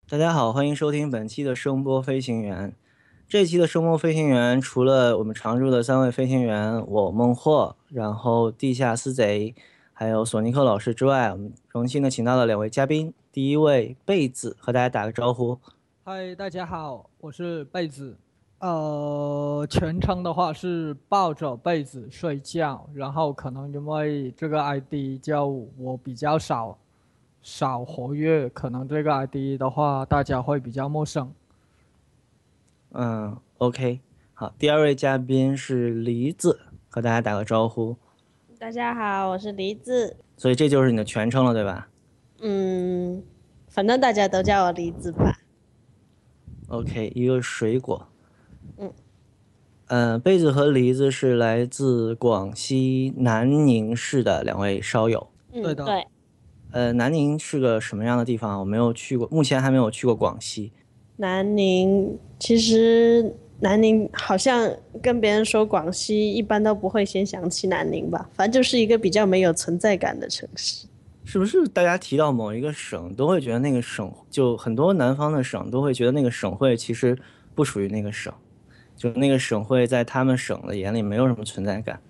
大家好，欢迎收听本期的声波飞行员。这期的声波飞行员，除了我们常驻的3位飞行员，我孟获，然后地下私贼，还有索尼克老师之外，我们荣幸的请到了2位嘉宾。第一位贝子，和大家打个招呼。 嗨，大家好，我是贝子。全称的话是抱着被子睡觉，然后可能因为这个 ID 叫我比较少活跃，可能这个 ID 的话大家会比较陌生。 OK，好，第二位嘉宾是梨子，和大家打个招呼。 大家好，我是梨子。 所以这就是你的全称了，对吧嗯，反正大家都叫我梨子吧。 ？OK，一个水果。 嗯， 贝子和梨子是来自广西南宁市的2位烧友。 对的。 对， 南宁是个什么样的地方啊？我没有去过，目前还没有去过广西。 南宁其实南宁好像跟别人说广西，一般都不会先想起南宁吧，反正就是一个比较没有存在感的城市。 是不是大家提到某一个省，都会觉得那个省，就很多南方的省都会觉得那个省会其实不属于那个省，就那个省会在他们省的眼里没有什么存在感。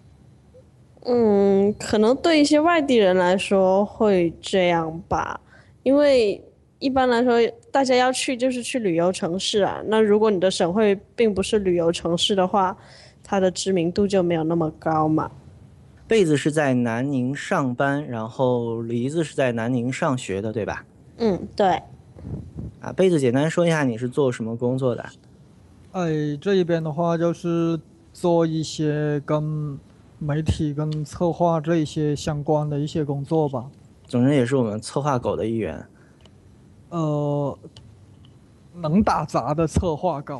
可能对一些外地人来说会这样吧，因为一般来说，大家要去就是去旅游城市啊。那如果你的省会并不是旅游城市的话，它的知名度就没有那么高嘛。 贝子是在南宁上班，然后梨子是在南宁上学的，对吧？ 对。 啊，贝子简单说一下你是做什么工作的？ 这一边的话就是做一些跟媒体跟策划这一些相关的一些工作吧。 总之也是我们策划狗的一员。 能打杂的策划狗。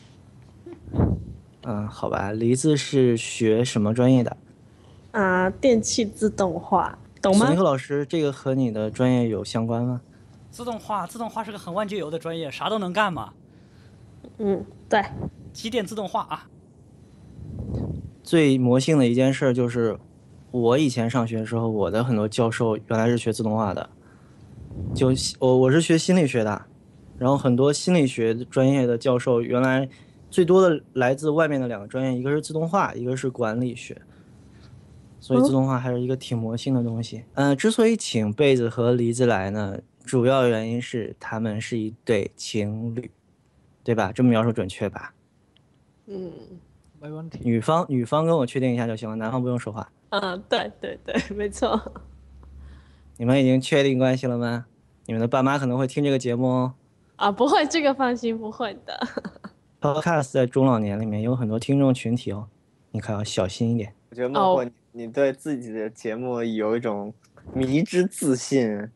好吧，梨子是学什么专业的？ 电气自动化，懂吗？ 索尼克老师，这个和你的专业有相关吗？ 自动化是个很万金油的专业，啥都能干嘛。 对。 机电自动化啊。 最魔性的一件事就是，我以前上学的时候，我的很多教授原来是学自动化的，就我是学心理学的，然后很多心理学专业的教授原来最多的来自外面的2个专业，一个是自动化，一个是管理学，所以自动化还是一个挺魔性的东西。之所以请贝子和梨子来呢，主要原因是他们是一对情侣，对吧？这么描述准确吧？ 没问题。 女方跟我确定一下就行了，男方不用说话。 对对对，没错。 你们已经确定关系了吗？你们的爸妈可能会听这个节目哦。 不会，这个放心，不会的。 Podcast 在中老年里面有很多听众群体哦，你可要小心一点。 我觉得孟获你对自己的节目有一种迷之自信。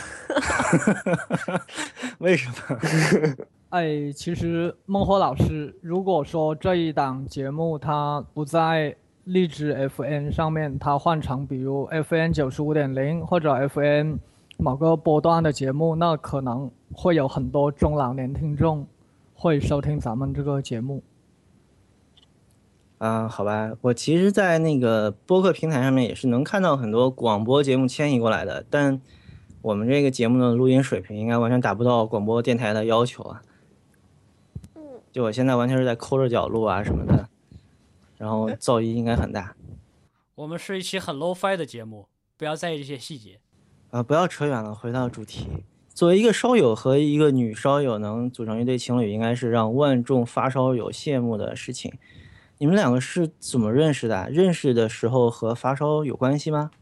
为什么？ 其实孟获老师，如果说这一档节目它不在荔枝 FM 上面，它换成比如 FM 95.0或者 FM 某个波段的节目，那可能会有很多中老年听众会收听咱们这个节目。 好吧，我其实，在那个播客平台上面也是能看到很多广播节目迁移过来的，但我们这个节目的录音水平应该完全达不到广播电台的要求啊。就我现在完全是在抠着脚录啊什么的，然后噪音应该很大。 我们是一期很 low-fi 的节目，不要在意这些细节。 不要扯远了，回到主题。作为一个烧友和一个女烧友能组成一对情侣，应该是让万众发烧友羡慕的事情。你们2个是怎么认识的？认识的时候和发烧有关系吗？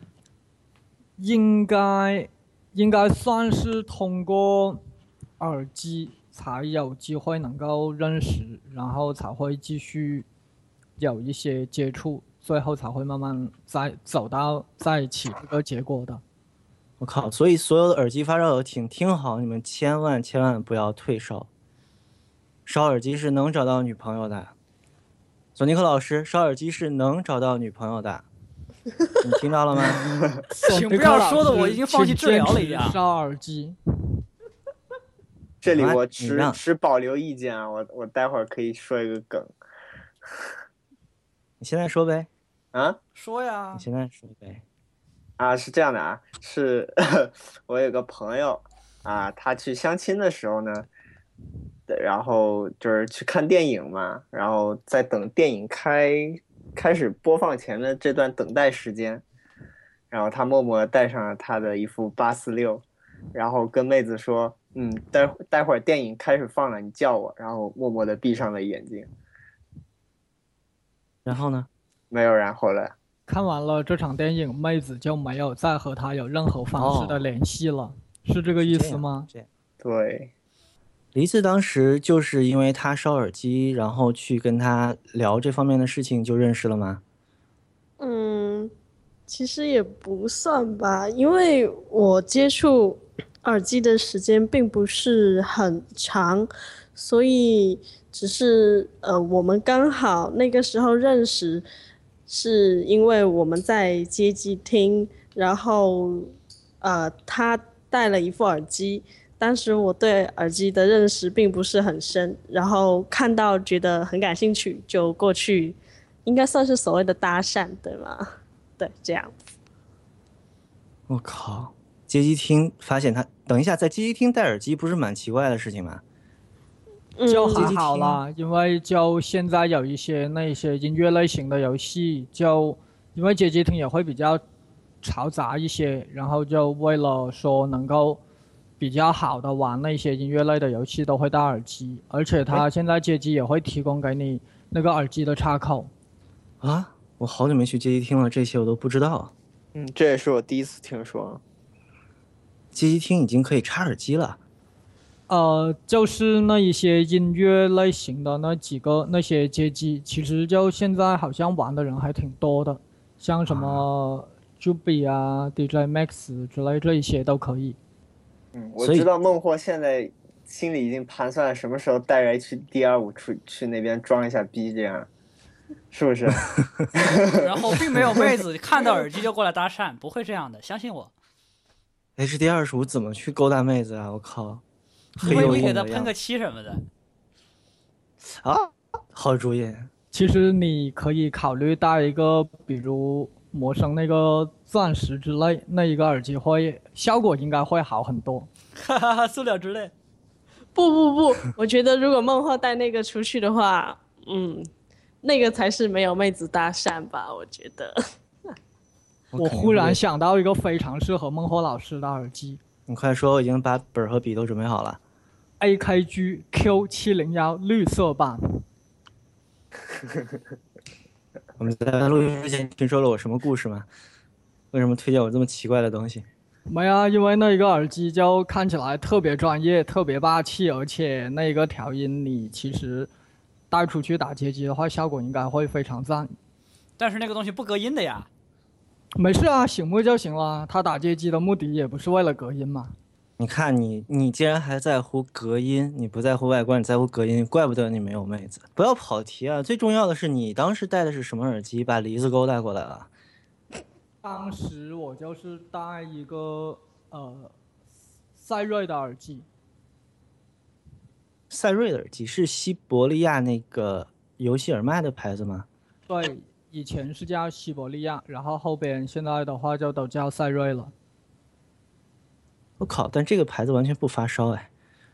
应该算是通过耳机才有机会能够认识，然后才会继续有一些接触，最后才会慢慢再走到在一起这个结果的。 我靠！所以所有的耳机发烧友，请听好，你们千万不要退烧。烧耳机是能找到女朋友的。索尼克老师，烧耳机是能找到女朋友的。你听到了吗？ 请不要说的我已经放弃治疗了一样。 烧耳机。 这里我持保留意见啊，我待会儿可以说一个梗。 你现在说呗。 说呀。 你现在说呗。 是这样的啊，是我有个朋友， 他去相亲的时候呢，然后就是去看电影嘛，然后在等电影开始播放前的这段等待时间，然后他默默带上了他的一副846，然后跟妹子说，待会儿电影开始放了，你叫我，然后默默的闭上了眼睛。 然后呢？ 没有然后了。 看完了这场电影，妹子就没有再和他有任何方式的联系了，是这个意思吗？ 对。 梨子当时就是因为他烧耳机，然后去跟他聊这方面的事情就认识了吗？ 其实也不算吧，因为我接触耳机的时间并不是很长，所以只是我们刚好那个时候认识，是因为我们在街机厅，然后他带了一副耳机，当时我对耳机的认识并不是很深，然后看到觉得很感兴趣，就过去，应该算是所谓的搭讪，对吗？对，这样。 我靠，街机厅发现他，等一下，在街机厅戴耳机不是蛮奇怪的事情吗？ 就还好啦，因为就现在有一些那些音乐类型的游戏，就因为街机厅也会比较嘈杂一些，然后就为了说能够比较好的玩那些音乐类的游戏，都会戴耳机，而且它现在街机也会提供给你那个耳机的插口。 啊，我好久没去街机厅了，这些我都不知道。 这也是我第一次听说。 街机厅已经可以插耳机了。 就是那一些音乐类型的那些街机，其实就现在好像玩的人还挺多的，像什么 Juby 啊、DJ Max 之类这一些都可以。 我知道孟获现在心里已经盘算什么时候带着去 DR5去那边装一下逼，这样是不是？ 然后并没有妹子看到耳机就过来搭讪，不会这样的，相信我。 HD25怎么去勾搭妹子啊？我靠！ 因为你给他喷个漆什么的。 啊，好主意。 其实你可以考虑带一个，比如魔生那个钻石之类，那一个耳机效果应该会好很多。 哈哈哈，塑料之类。 不，我觉得如果孟获带那个出去的话，那个才是没有妹子搭讪吧，我觉得。 我忽然想到一个非常适合孟获老师的耳机。 你快说，我已经把本和笔都准备好了。 AKG Q701绿色版。 我们在录音之前听说了我什么故事吗？为什么推荐我这么奇怪的东西？ 没啊，因为那一个耳机就看起来特别专业、特别霸气，而且那个调音你其实带出去打街机的话，效果应该会非常赞。 但是那个东西不隔音的呀。 没事啊，醒目就行了。他打街机的目的也不是为了隔音嘛。 你看你既然还在乎隔音，你不在乎外观，你在乎隔音，怪不得你没有妹子。不要跑题啊！最重要的是你当时戴的是什么耳机，把梨子勾带过来了。 当时我就是戴一个赛睿的耳机。 赛睿的耳机是西伯利亚那个游戏耳麦的牌子吗？ 对，以前是叫西伯利亚，然后后边现在的话就都叫赛睿了。 我靠！但这个牌子完全不发烧哎。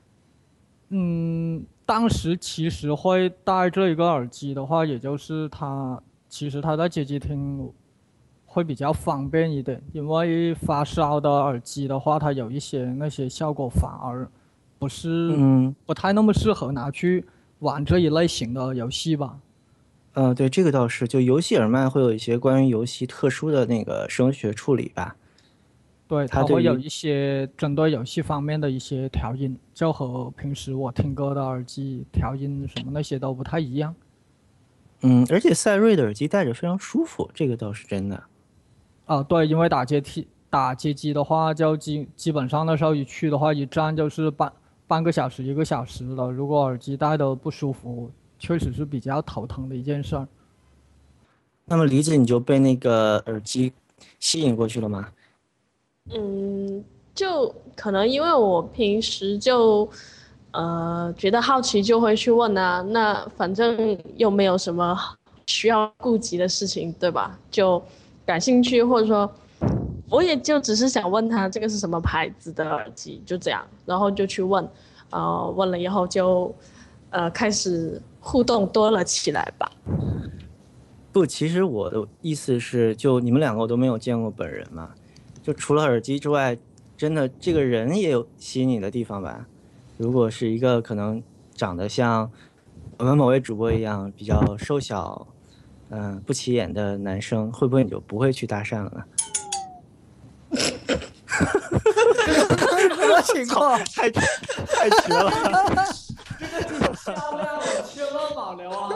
当时其实会戴这一个耳机的话，也就是其实它在街机厅会比较方便一点，因为发烧的耳机的话，它有一些那些效果反而不太那么适合拿去玩这一类型的游戏吧。 对，这个倒是，就游戏耳麦会有一些关于游戏特殊的那个声学处理吧。 对，它会有一些针对游戏方面的一些调音，就和平时我听歌的耳机调音什么那些都不太一样。 而且赛睿的耳机戴着非常舒服，这个倒是真的。 对，因为打街机的话，就基本上那时候一去的话，一站就是半个小时1个小时了。如果耳机戴的不舒服，确实是比较头疼的一件事儿。 那么梨子，你就被那个耳机吸引过去了吗？ 就可能因为我平时就觉得好奇就会去问啊，那反正又没有什么需要顾及的事情，对吧？就感兴趣或者说我也就只是想问他这个是什么牌子的耳机，就这样，然后就去问，问了以后就开始互动多了起来吧。 不，其实我的意思是，就你们两个我都没有见过本人嘛，就除了耳机之外，真的这个人也有吸引你的地方吧？如果是一个可能长得像我们某位主播一样比较瘦小，不起眼的男生，会不会你就不会去搭讪了呢？ 什么情况？ 太绝了！ 漂亮的千万保留啊！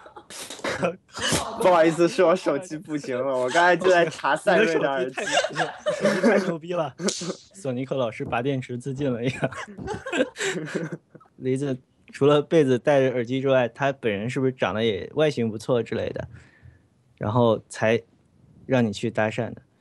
不好意思，是我手机不行了，我刚才就在查赛瑞的耳机。 手机太牛逼了，索尼克老师拔电池自尽了一样。梨子除了被子戴着耳机之外，他本人是不是长得也外形不错之类的，然后才让你去搭讪的？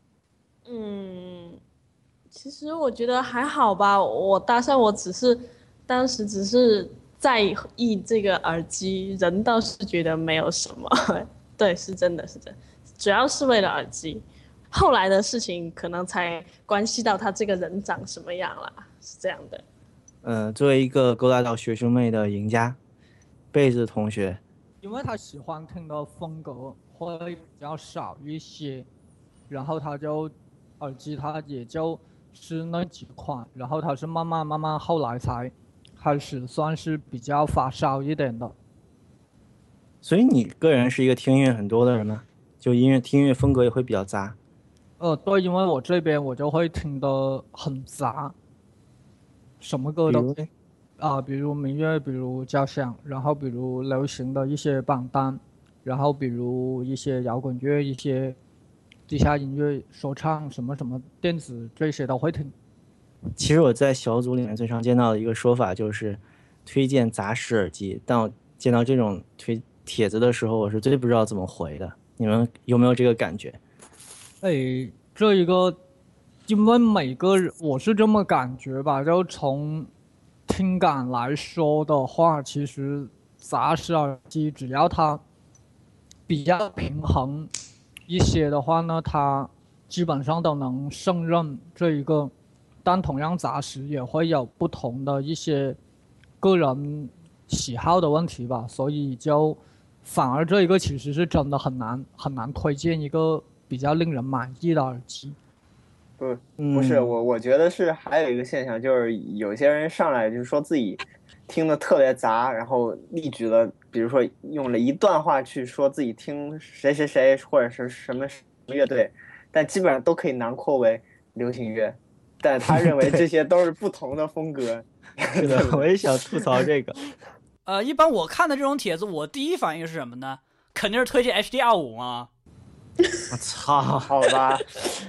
其实我觉得还好吧，我搭讪我当时只是在意这个耳机，人倒是觉得没有什么。对，是真的，主要是为了耳机。后来的事情可能才关系到他这个人长什么样啦，是这样的。 作为一个勾搭到学生妹的赢家，贝子同学， 因为他喜欢听的风格会比较少一些，然后他就耳机他也就是那几款，然后他是慢慢后来才开始算是比较发烧一点的。 所以你个人是一个听音乐很多的人吗？就听音乐风格也会比较杂？ 对，因为我这边我就会听得很杂，什么歌都比如民乐，比如交响，然后比如流行的一些榜单，然后比如一些摇滚乐，一些地下音乐、说唱什么什么电子这些都会听。 其实我在小组里面最常见到的一个说法就是推荐杂食耳机，但我见到这种帖子的时候，我是最不知道怎么回的。你们有没有这个感觉？ 这一个，因为每个人我是这么感觉吧，就从听感来说的话，其实杂食耳机只要它比较平衡一些的话呢，它基本上都能胜任这一个。但同样杂食也会有不同的一些个人喜好的问题吧，所以就反而这一个其实是真的很难推荐一个比较令人满意的耳机。 不是我觉得是还有一个现象，就是有些人上来就说自己听的特别杂，然后例举了，比如说用了一段话去说自己听谁谁谁或者是什么乐队，但基本上都可以囊括为流行乐，但他认为这些都是不同的风格。 是的，我也想吐槽这个。 一般我看的这种帖子，我第一反应是什么呢？肯定是推荐 HD25嘛。 我操， 好吧。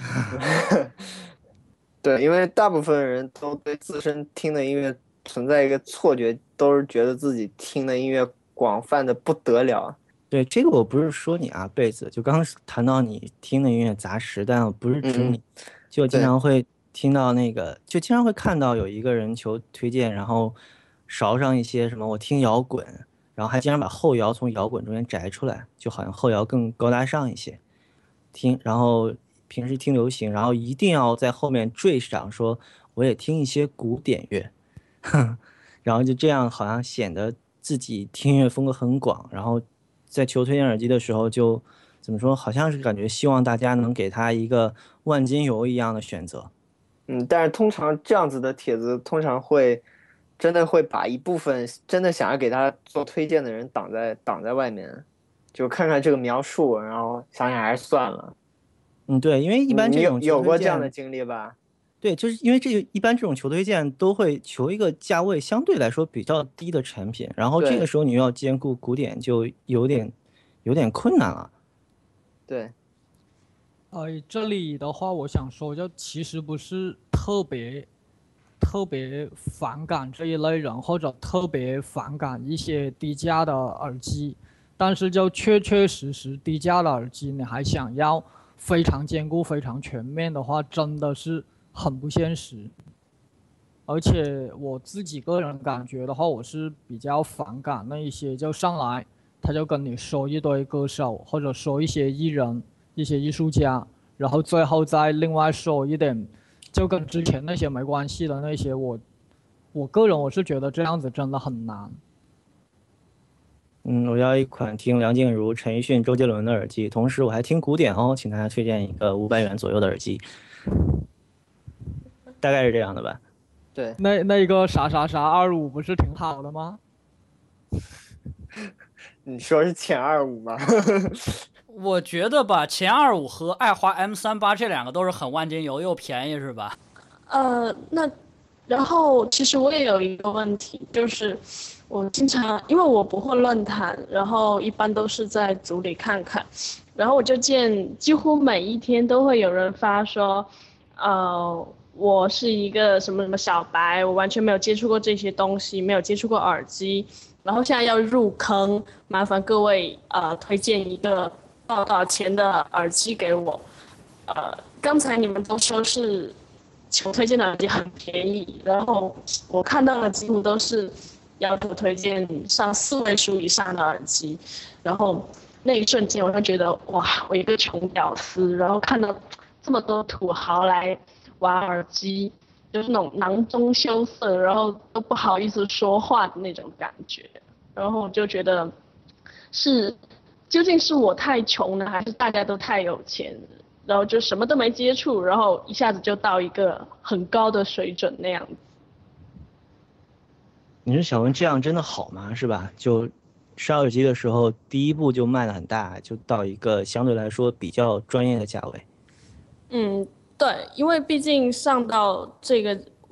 对，因为大部分人都对自身听的音乐存在一个错觉，都是觉得自己听的音乐广泛的不得了。 对，这个我不是说你啊，贝子，就刚谈到你听的音乐杂食，但我不是指你，就经常会听到那个，就经常会看到有一个人求推荐，然后勺上一些什么我听摇滚，然后还经常把后摇从摇滚中间摘出来，就好像后摇更高大上一些。然后平时听流行，然后一定要在后面缀上说我也听一些古典乐，然后就这样好像显得自己听音乐风格很广，然后在求推荐耳机的时候就怎么说，好像是感觉希望大家能给他一个万金油一样的选择。 但是通常这样子的帖子通常会真的会把一部分真的想要给他做推荐的人挡在外面，就看看这个描述，然后想想还是算了。 对，因为一般这种你有过这样的经历吧？ 对，就是因为一般这种求推荐都会求一个价位相对来说比较低的产品，然后这个时候你又要兼顾古典，就有点困难了。 对。 这里的话，我想说，就其实不是特别反感这一类人，或者特别反感一些低价的耳机，但是就确实低价的耳机，你还想要非常兼顾、非常全面的话，真的是很不现实。而且我自己个人感觉的话，我是比较反感那一些就上来他就跟你说一堆歌手，或者说一些艺人、一些艺术家， 然后最后再另外说一点，就跟之前那些没关系的那些，我个人我是觉得这样子真的很难。 我要一款听梁静茹、陈奕迅、周杰伦的耳机，同时我还听古典哦，请大家推荐一个500元左右的耳机，大概是这样的吧。 对， 那个啥啥啥25不是挺好的吗？ 你说是前25吗？ 我觉得吧，前25和爱华 M38这两个都是很万金油，又便宜是吧？ 那然后其实我也有一个问题，就是我经常因为我不会论坛，然后一般都是在组里看看，然后我就见几乎每一天都会有人发说，我是一个什么什么小白，我完全没有接触过这些东西，没有接触过耳机，然后现在要入坑，麻烦各位推荐一个多少钱的耳机给我。刚才你们都说是求推荐的耳机很便宜，然后我看到的几乎都是要求推荐上4位数以上的耳机，然后那一瞬间我就觉得哇，我一个穷屌丝，然后看到这么多土豪来玩耳机，就是那种囊中羞涩，然后都不好意思说话的那种感觉，然后我就觉得究竟是我太穷呢，还是大家都太有钱？然后就什么都没接触，然后一下子就到一个很高的水准那样子。 你说小文这样真的好吗？是吧？就烧耳机的时候，第一步就卖得很大，就到一个相对来说比较专业的价位。 对，因为毕竟上到这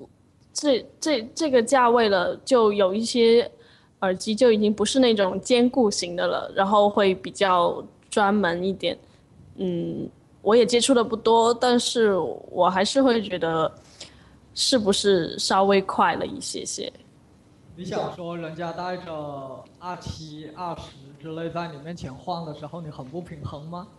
个价位了，就有一些耳机就已经不是那种兼顾型的了，然后会比较专门一点。我也接触的不多，但是我还是会觉得是不是稍微快了一些些。 你想说人家带着27、20之类在你面前晃的时候，你很不平衡吗？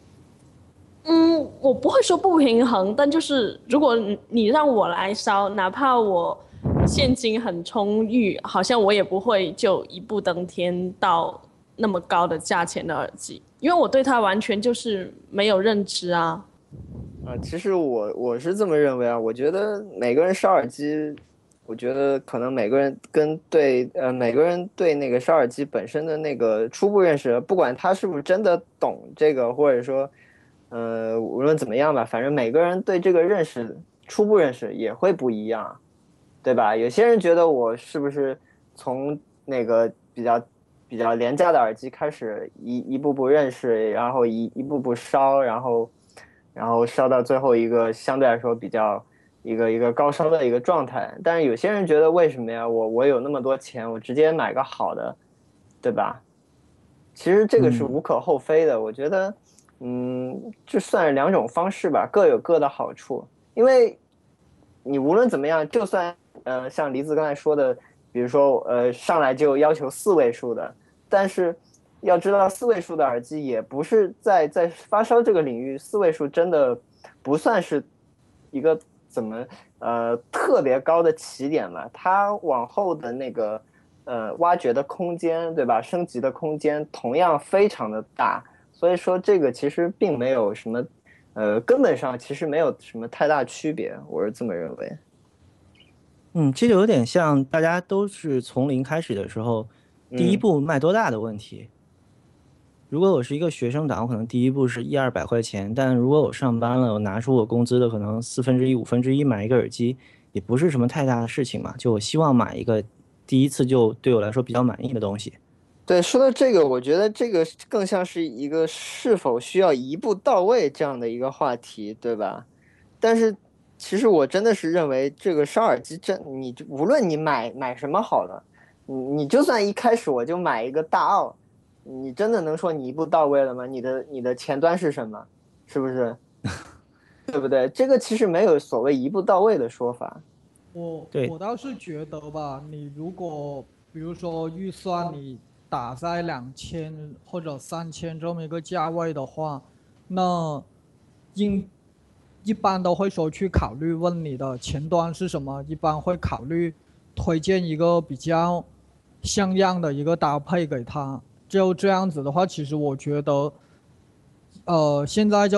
我不会说不平衡，但就是如果你让我来烧，哪怕我现金很充裕，好像我也不会就一步登天到那么高的价钱的耳机，因为我对它完全就是没有认知啊。 其实我是这么认为啊，我觉得每个人烧耳机，我觉得可能每个人每个人对那个烧耳机本身的那个初步认识，不管他是不是真的懂这个，或者说无论怎么样吧，反正每个人对这个初步认识也会不一样，对吧？有些人觉得我是不是从那个比较廉价的耳机开始一步步认识，然后一步步烧，然后烧到最后一个相对来说比较一个高烧的一个状态。但是有些人觉得为什么呀？我有那么多钱，我直接买个好的，对吧？其实这个是无可厚非的，我觉得。就算是两种方式吧，各有各的好处。因为你无论怎么样，就算像梨子刚才说的，比如说上来就要求4位数的，但是要知道4位数的耳机也不是在发烧这个领域，4位数真的不算是一个特别高的起点嘛，它往后的那个挖掘的空间，对吧？升级的空间同样非常的大。所以说这个其实并没有什么，根本上其实没有什么太大区别，我是这么认为。 这就有点像大家都是从零开始的时候，第一步卖多大的问题。如果我是一个学生党，我可能第一步是100-200块钱，但如果我上班了，我拿出我工资的可能1/4、1/5买一个耳机，也不是什么太大的事情嘛。就我希望买一个第一次就对我来说比较满意的东西。 对，说到这个，我觉得这个更像是一个是否需要一步到位这样的一个话题，对吧？但是其实我真的是认为，这个烧耳机你无论你买什么好了，你就算一开始我就买一个大奥，你真的能说你一步到位了吗？你的前端是什么？是不是？对不对？这个其实没有所谓一步到位的说法。 我倒是觉得吧，你如果比如说预算你打在2000或者3000这么一个价位的话，那一般都会说去考虑问你的前端是什么，一般会考虑推荐一个比较像样的一个搭配给他。就这样子的话，其实我觉得，现在就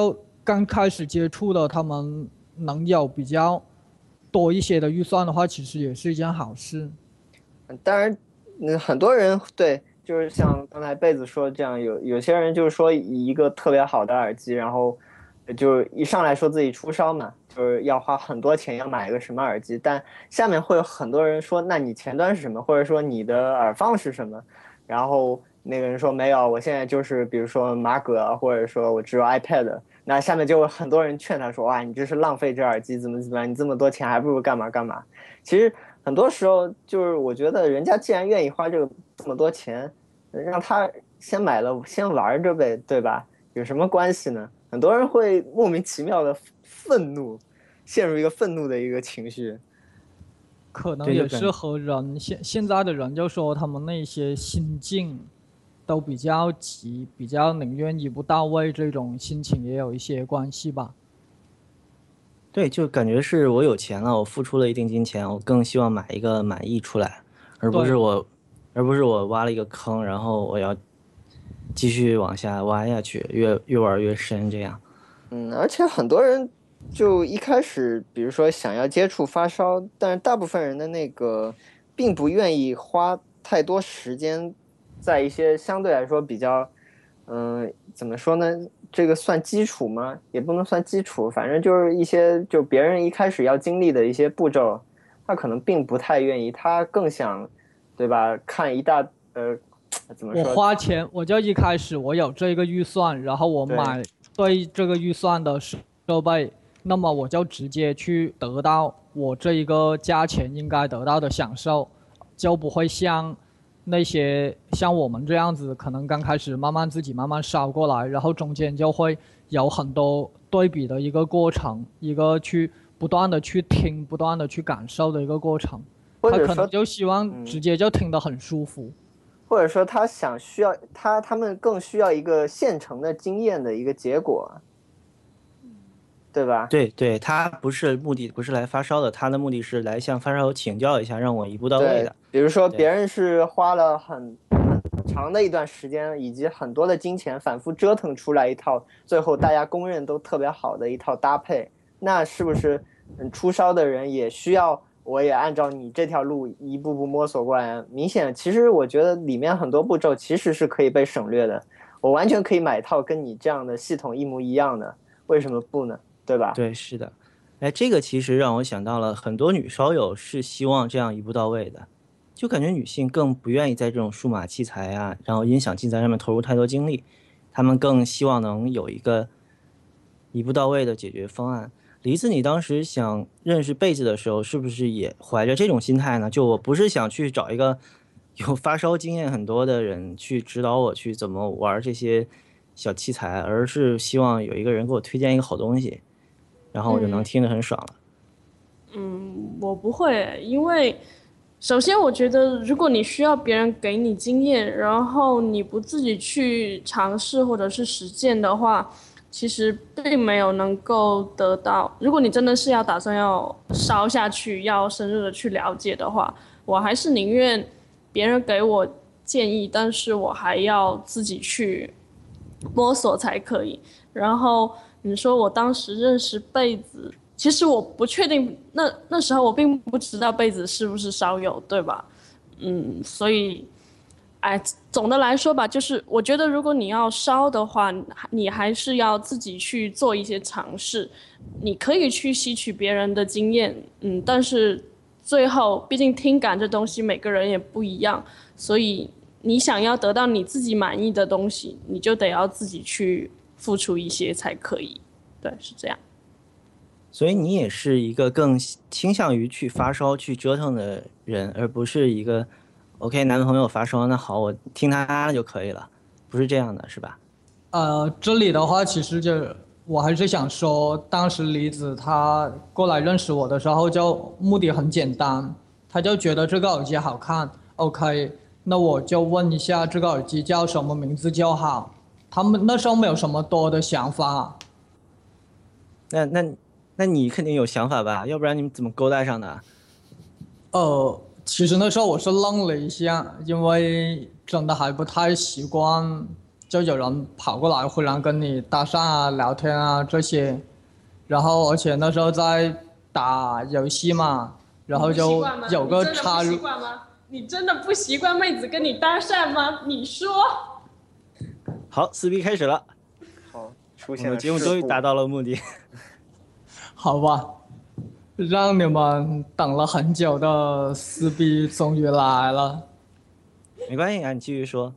刚开始接触的，他们能有比较多一些的预算的话，其实也是一件好事。 当然，很多人对，就是像刚才贝子说这样，有些人就是说一个特别好的耳机，然后就一上来说自己出烧嘛，就是要花很多钱要买一个什么耳机，但下面会有很多人说，那你前端是什么，或者说你的耳放是什么？然后那个人说没有，我现在就是比如说马格，或者说我只有 iPad。那下面就有很多人劝他说，哇，你这是浪费这耳机，怎么样？你这么多钱还不如干嘛干嘛。其实很多时候就是我觉得人家既然愿意花这么多钱，让他先买了先玩着呗，对吧？有什么关系呢？很多人会莫名其妙的愤怒，陷入一个愤怒的一个情绪。 可能也是和人现在的人就说他们那些心境都比较急，比较宁愿一步到位，这种心情也有一些关系吧。 对，就感觉是我有钱了，我付出了一定金钱，我更希望买一个满意出来，而不是我挖了一个坑，然后我要继续往下挖下去，越玩越深这样。 而且很多人就一开始，比如说想要接触发烧，但是大部分人的那个并不愿意花太多时间在一些相对来说比较，怎么说呢？这个算基础吗？也不能算基础，反正就是一些就别人一开始要经历的一些步骤，他可能并不太愿意，他更想，对吧？看一大怎么说？ 我花钱，我就一开始我有这个预算，然后我买对这个预算的设备，那么我就直接去得到我这一个价钱应该得到的享受，就不会像那些像我们这样子，可能刚开始自己慢慢烧过来，然后中间就会有很多对比的一个过程，一个去不断的去听，不断的去感受的一个过程。他可能就希望直接就听得很舒服。 或者说他需要他们更需要一个现成的经验的一个结果，对吧？ 对，他目的不是来发烧的，他的目的是来向发烧友请教一下，让我一步到位的。 比如说别人是花了很长的一段时间以及很多的金钱反复折腾出来一套最后大家公认都特别好的一套搭配，那是不是出烧的人也需要我也按照你这条路一步步摸索过来？明显其实我觉得里面很多步骤其实是可以被省略的，我完全可以买一套跟你这样的系统一模一样的，为什么不呢？对吧？ 对，是的。这个其实让我想到了很多女烧友是希望这样一步到位的，就感觉女性更不愿意在这种数码器材啊，然后音响器材上面投入太多精力，她们更希望能有一个一步到位的解决方案。梨子，你当时想认识贝子的时候，是不是也怀着这种心态呢？就我不是想去找一个有发烧经验很多的人去指导我去怎么玩这些小器材，而是希望有一个人给我推荐一个好东西，然后我就能听得很爽了。 我不会，因为首先我觉得如果你需要别人给你经验，然后你不自己去尝试或者是实践的话，其实并没有能够得到。如果你真的是要打算要烧下去，要深入的去了解的话，我还是宁愿别人给我建议，但是我还要自己去摸索才可以。然后你说我当时认识贝子，其实我不确定，那时候我并不知道贝子是不是烧友，对吧？所以，总的来说吧，就是我觉得如果你要烧的话，你还是要自己去做一些尝试。你可以去吸取别人的经验，但是最后毕竟听感这东西每个人也不一样，所以你想要得到你自己满意的东西，你就得要自己去付出一些才可以。对，是这样。 所以你也是一个更倾向于去发烧去折腾的人，而不是一个 OK 男朋友发烧，那好我听他就可以了，不是这样的，是吧？ 这里的话其实我还是想说，当时梨子她过来认识我的时候，就目的很简单，她就觉得这个耳机好看 ，OK， 那我就问一下这个耳机叫什么名字就好。他们那时候没有什么多的想法。 那你肯定有想法吧？要不然你们怎么勾搭上的？ 其实那时候我是愣了一下，因为真的还不太习惯就有人跑过来忽然跟你搭讪啊、聊天啊这些，然后而且那时候在打游戏嘛，然后就有个插入。 你真的不习惯妹子跟你搭讪吗？你说。 好，撕逼开始了。 好，出我现了们节目终于达到了目的。 好吧，让你们等了很久的撕逼终于来了。 没关系啊，你继续说。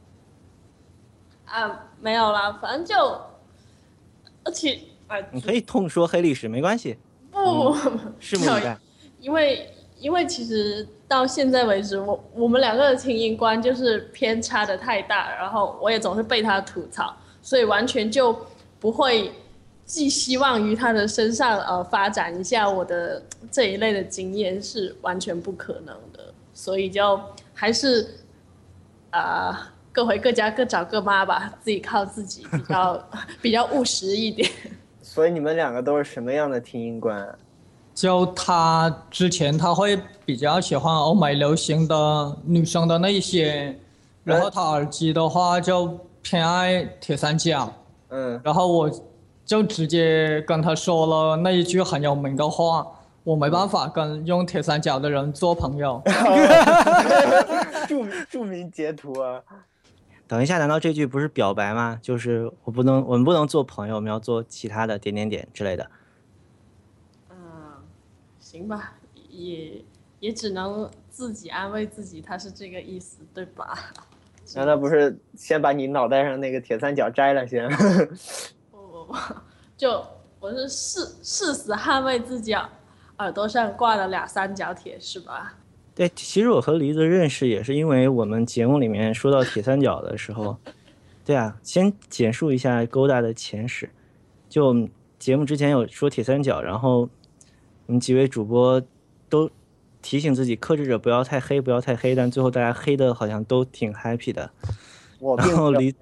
啊，没有啦，反正就，而且你可以痛说黑历史，没关系。 不， 拭目以待。 因为其实到现在为止，我们两个的听音观就是偏差的太大，然后我也总是被他吐槽，所以完全就不会寄希望于他的身上发展一下我的这一类的经验是完全不可能的，所以就还是各回各家各找各妈吧，自己靠自己比较务实一点。 所以你们两个都是什么样的听音观啊？ 就他之前他会比较喜欢欧美流行的女生的那一些，然后他耳机的话就偏爱铁三角，然后我就直接跟他说了那一句很有名的话，我没办法跟用铁三角的人做朋友。 著名截图啊！ 等一下，难道这句不是表白吗？就是我们不能做朋友，我们要做其他的点点点之类的。 行吧，也只能自己安慰自己，他是这个意思，对吧？ 难道不是先把你脑袋上那个铁三角摘了先？ 不，就我是誓死捍卫自己耳朵上挂了2三角铁，是吧？ 对，其实我和梨子认识也是因为我们节目里面说到铁三角的时候，对啊，先简述一下勾搭的前史。就节目之前有说铁三角，然后我们几位主播都提醒自己克制着不要太黑，不要太黑，但最后大家黑的好像都挺 happy 的。然后梨，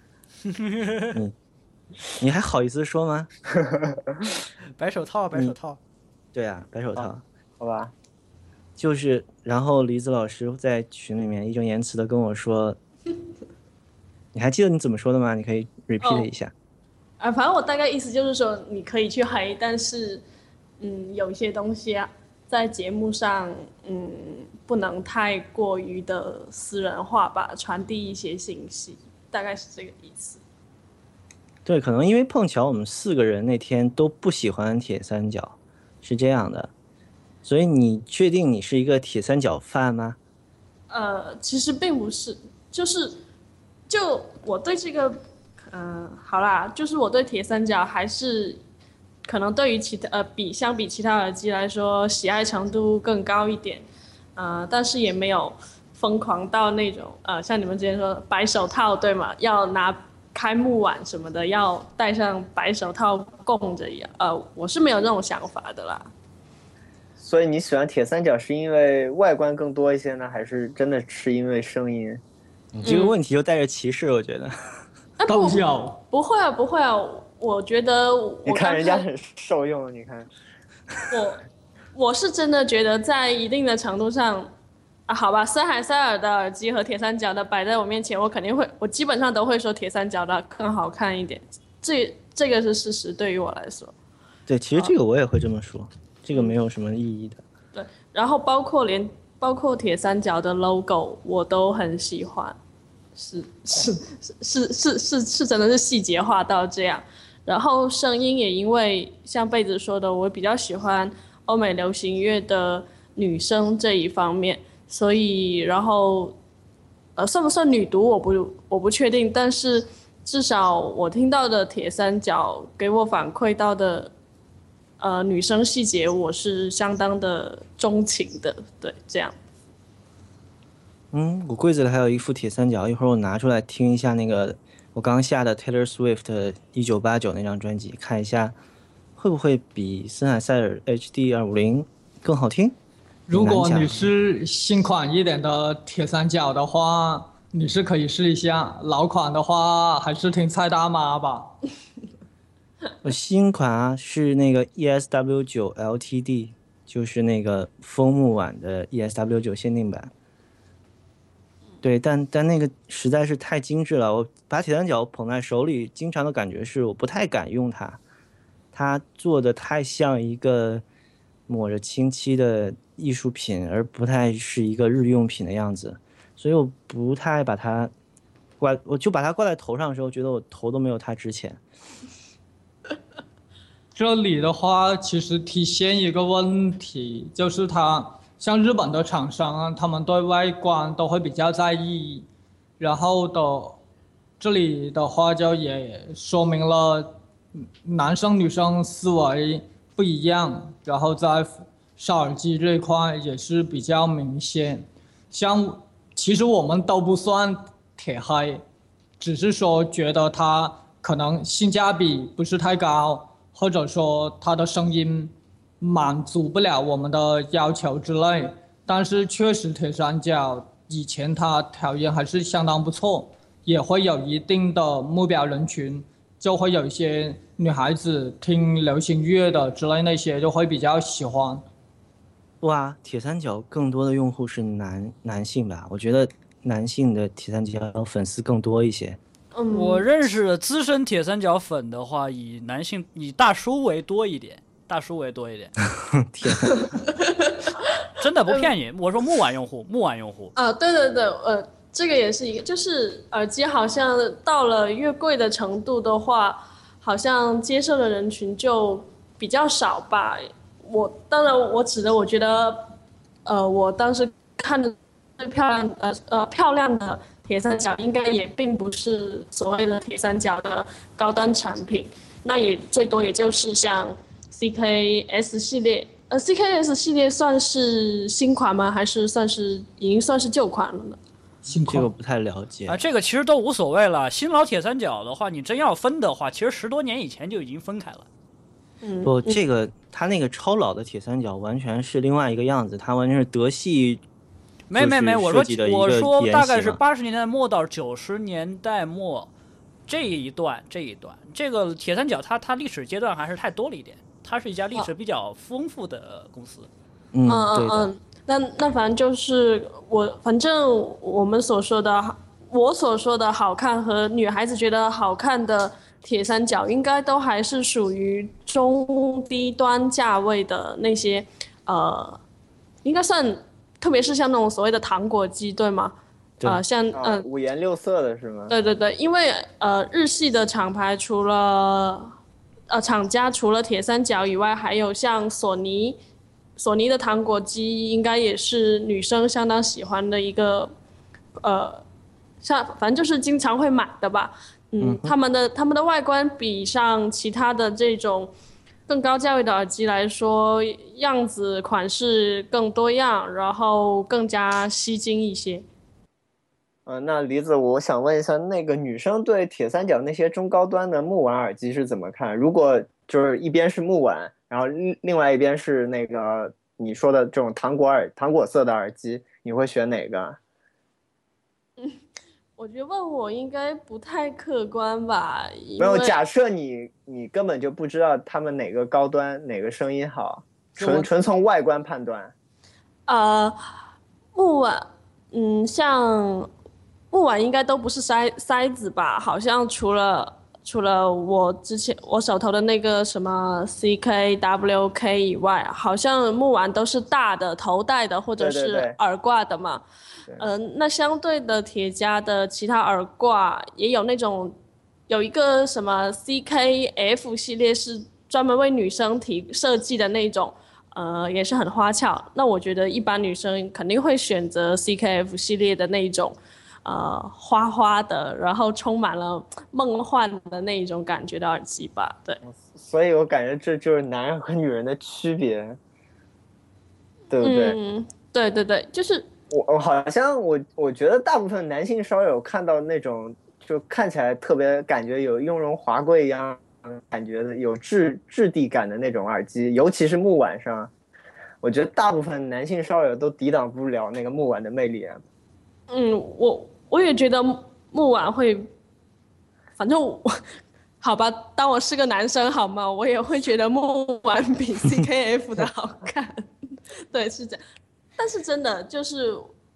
你还好意思说吗？ 白手套，白手套。 对啊，白手套。 好吧。 就是，然后梨子老师在群里面义正言辞的跟我说，你还记得你怎么说的吗？你可以 repeat 一下。 反正我大概意思就是说，你可以去黑，但是，有一些东西在节目上，不能太过于的私人化吧，传递一些信息，大概是这个意思。 对，可能因为碰巧我们4个人那天都不喜欢铁三角，是这样的。所以你确定你是一个铁三角fan吗？ 其实并不是，就我对这个，好啦，就是我对铁三角还是可能对于相比其他耳机来说，喜爱程度更高一点，但是也没有疯狂到那种像你们之前说白手套对吗？要拿开幕碗什么的，要戴上白手套供着一样，我是没有这种想法的啦。 所以你喜欢铁三角是因为外观更多一些呢，还是真的是因为声音？ 你这个问题就带着歧视，我觉得。 都有。 不会啊，我觉得你看人家很受用，你看。 我是真的觉得在一定的程度上，好吧，森海塞尔的耳机和铁三角的摆在我面前，我基本上都会说铁三角的更好看一点，这个是事实，对于我来说。 对，其实这个我也会这么说。这个没有什么意义的。 对，然后包括铁三角的 logo 我都很喜欢，是真的是细节化到这样。然后声音也因为像贝子说的，我比较喜欢欧美流行乐的女生这一方面，所以然后算不算女毒我不确定，但是至少我听到的铁三角给我反馈到的。女生细节我是相当的钟情的，对，这样。 我柜子里还有一副铁三角，一会儿我拿出来听一下那个我刚下的 Taylor Swift 1989那张专辑，看一下会不会比森海塞尔 HD 250更好听。 如果你是新款一点的铁三角的话，你是可以试一下；老款的话，还是听蔡大妈吧。 我新款啊是那个 ESW9 LTD， 就是那个枫木碗的 ESW9 限定版。 对，但那个实在是太精致了，我把铁三角捧在手里，经常的感觉是我不太敢用它，它做的太像一个抹着清漆的艺术品，而不太是一个日用品的样子，所以我不太把它我就把它挂在头上的时候，觉得我头都没有它值钱。 这里的话，其实体现一个问题，就是它像日本的厂商啊，他们对外观都会比较在意，然后这里的话就也说明了男生女生思维不一样，然后在烧耳机这一块也是比较明显。像其实我们都不算铁黑，只是说觉得它可能性价比不是太高。或者说它的声音满足不了我们的要求之类，但是确实铁三角以前它条件还是相当不错，也会有一定的目标人群，就会有一些女孩子听流行乐的之类那些就会比较喜欢。 哇，铁三角更多的用户是男性吧？我觉得男性的铁三角粉丝更多一些。 我认识的资深铁三角粉的话，以大叔为多一点， 天， 真的不骗你，我说木碗用户啊，对对对，这个也是一个，就是耳机好像到了越贵的程度的话，好像接受的人群就比较少吧。当然我指的，我觉得，我当时看的最漂亮的铁三角应该也并不是所谓的铁三角的高端产品，那也最多也就是像 CKS 系列，CKS 系列算是新款吗？还是已经算是旧款了呢？ 这个不太了解啊，这个其实都无所谓了。新老铁三角的话，你真要分的话，其实10多年以前就已经分开了。 不，这个它那个超老的铁三角完全是另外一个样子，它完全是德系。 没，我说大概是80年代末到90年代末这一段，这个铁三角它历史阶段还是太多了一点，它是一家历史比较丰富的公司。 对的。 那反正就是反正我所说的好看和女孩子觉得好看的铁三角，应该都还是属于中低端价位的那些，应该算。特别是像那种所谓的糖果机，对吗？像五颜六色的是吗？ 对对对，因为日系的厂牌除了厂家除了铁三角以外，还有像索尼的糖果机，应该也是女生相当喜欢的一个反正就是经常会买的吧。他们的外观比上其他的这种更高价位的耳机来说，样子款式更多样，然后更加吸睛一些。 那梨子，我想问一下，那个女生对铁三角那些中高端的木碗耳机是怎么看？如果就是一边是木碗，然后另外一边是那个你说的这种糖果色的耳机，你会选哪个？ 我觉得问我应该不太客观吧。 没有，假设你根本就不知道他们哪个高端，哪个声音好，纯从外观判断。 木碗，像木碗应该都不是塞子吧？好像除了我手头的那个什么 CKWK 以外，好像木碗都是大的头戴的或者是耳挂的嘛。那相对的铁家的其他耳挂也有那种，有一个什么 CKF 系列是专门为女生设计的那种，也是很花俏。那我觉得一般女生肯定会选择 CKF 系列的那种，花花的，然后充满了梦幻的那一种感觉的耳机吧。对， 所以我感觉这就是男人和女人的区别，对不对？ 对对对，就是我好像我觉得大部分男性稍有看到那种就看起来特别感觉有雍容华贵一样感觉的有质地感的那种耳机，尤其是木碗上，我觉得大部分男性少友都抵挡不了那个木碗的魅力。 我也觉得木碗会，反正好吧，当我是个男生好吗？我也会觉得木碗比 CKF 的好看。对，是这样。但是真的就是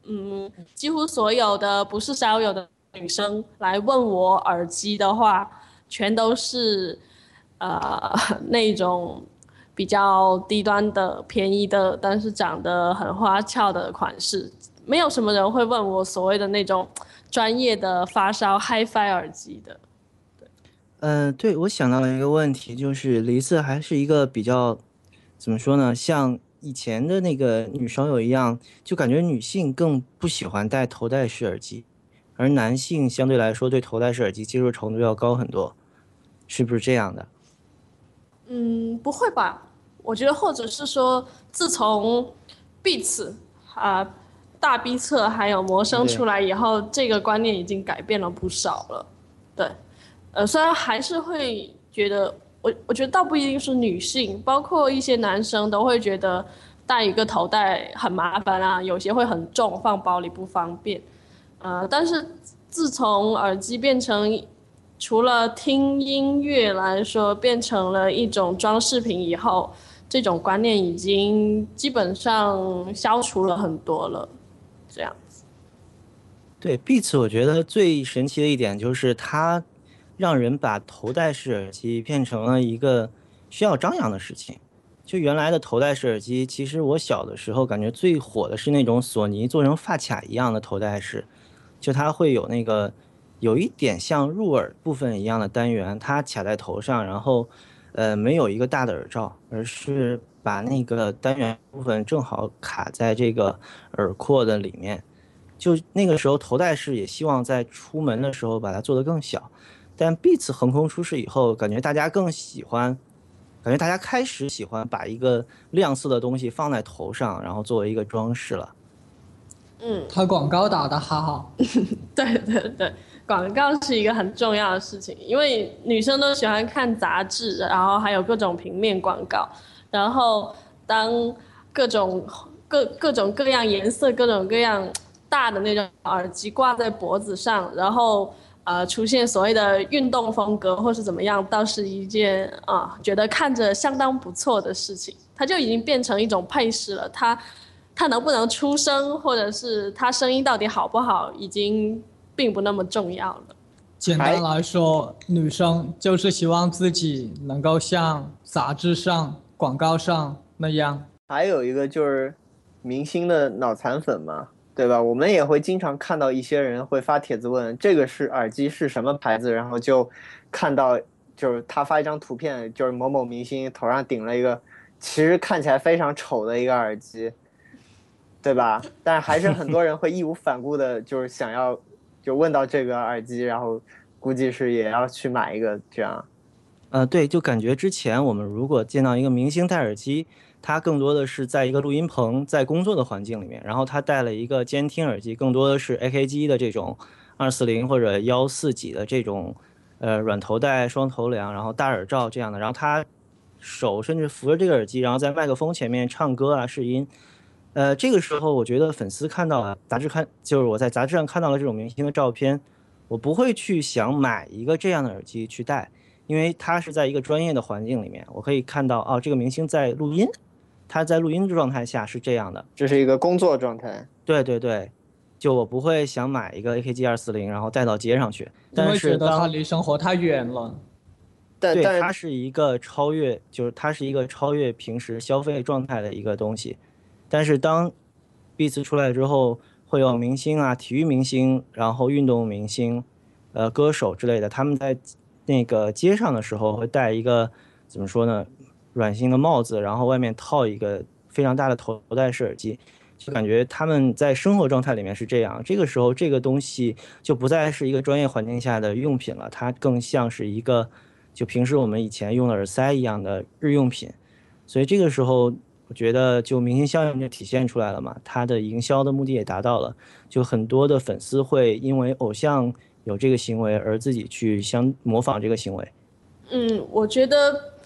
几乎所有的不是少有的女生来问我耳机的话，全都是那种比较低端的、便宜的，但是长得很花俏的款式。没有什么人会问我所谓的那种专业的发烧 HiFi 耳机的。 对，我想到了一个问题，就是黎次还是一个比较，怎么说呢，像以前的那个女烧友一样，就感觉女性更不喜欢戴头戴式耳机，而男性相对来说对头戴式耳机接受程度要高很多，是不是这样的？ 不会吧？我觉得，或者是说，自从 Beats 大 B 侧还有魔声出来以后，这个观念已经改变了不少了。对，虽然还是会觉得，我觉得倒不一定是女性，包括一些男生都会觉得戴一个头戴很麻烦啊，有些会很重，放包里不方便。但是自从耳机变成除了听音乐来说，变成了一种装饰品以后，这种观念已经基本上消除了很多了。这样子， 对 Beats， 我觉得最神奇的一点就是它让人把头戴式耳机变成了一个需要张扬的事情。就原来的头戴式耳机，其实我小的时候感觉最火的是那种索尼做成发卡一样的头戴式，就它会有那个有一点像入耳部分一样的单元，它卡在头上，然后没有一个大的耳罩，而是把那个单元部分正好卡在这个耳廓的里面。就那个时候头戴式也希望在出门的时候把它做得更小，但 Beats 横空出世以后，感觉大家更喜欢，感觉大家开始喜欢把一个亮色的东西放在头上，然后作为一个装饰了。 它广告打得好。 对对对，广告是一个很重要的事情，因为女生都喜欢看杂志，然后还有各种平面广告，然后当各种各样颜色、各种各样大的那种耳机挂在脖子上，然后出现所谓的运动风格或是怎么样，倒是一件觉得看着相当不错的事情。它就已经变成一种配饰了，它能不能出声，或者是它声音到底好不好，已经并不那么重要了。 简单来说，女生就是希望自己能够像杂志上、广告上那样。 还有一个就是明星的脑残粉嘛，对吧？我们也会经常看到一些人会发帖子问这个是耳机是什么牌子，然后就看到就是他发一张图片，就是某某明星头上顶了一个其实看起来非常丑的一个耳机，对吧？但还是很多人会义无反顾的，就是想要就问到这个耳机，然后估计是也要去买一个这样。 对，就感觉之前我们如果见到一个明星戴耳机，他更多的是在一个录音棚，在工作的环境里面，然后他戴了一个监听耳机，更多的是 AKG 的这种240或者140几的这种软头戴、双头梁，然后大耳罩这样的，然后他手甚至扶着这个耳机，然后在麦克风前面唱歌啊、试音。这个时候我觉得粉丝看到了就是我在杂志上看到了这种明星的照片，我不会去想买一个这样的耳机去戴。因为他是在一个专业的环境里面，我可以看到这个明星在录音，他在录音的状态下是这样的， 这是一个工作状态。 对对对，就我不会想买一个 AKG 240，然后带到街上去，但是觉得它离生活太远了。 对，它是一个超越，就是它是一个超越平时消费状态的一个东西。但是当 Beats 出来之后，会有明星啊、体育明星，然后运动明星、歌手之类的，他们在那个街上的时候会戴一个怎么说呢，软性的帽子，然后外面套一个非常大的头戴式耳机，就感觉他们在生活状态里面是这样。这个时候，这个东西就不再是一个专业环境下的用品了，它更像是一个就平时我们以前用的耳塞一样的日用品。所以这个时候，我觉得就明星效应就体现出来了嘛，它的营销的目的也达到了，就很多的粉丝会因为偶像有这个行为而自己去模仿这个行为。 我觉得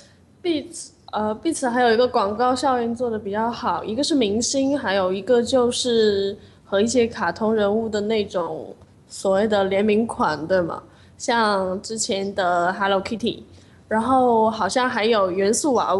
Beats 还有一个广告效应做的比较好，一个是明星，还有一个就是和一些卡通人物的那种所谓的联名款，对吗？像之前的 Hello Kitty， 然后好像还有元素娃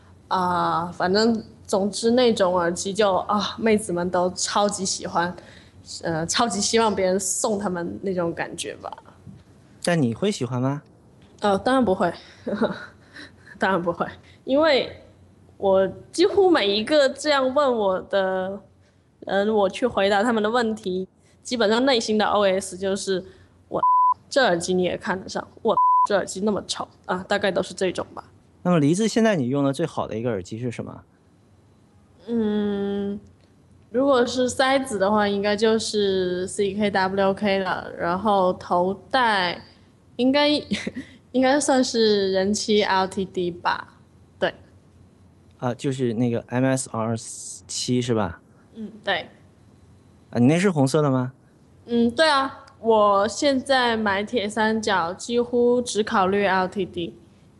娃反正总之那种耳机就妹子们都超级喜欢。 超级希望别人送他们那种感觉吧。 但你会喜欢吗？ 当然不会，当然不会，因为我几乎每一个这样问我的人，我去回答他们的问题，基本上内心的 OS 就是我这耳机你也看得上，我这耳机那么丑啊，大概都是这种吧。 那么梨子，现在你用的最好的一个耳机是什么？ 如果是塞子的话，应该就是 CKWK 了，然后头戴应该算是人气 LTD 吧，对。 就是那个 MSR7 是吧？ 对。 你那是红色的吗？ 对啊，我现在买铁三角几乎只考虑 LTD。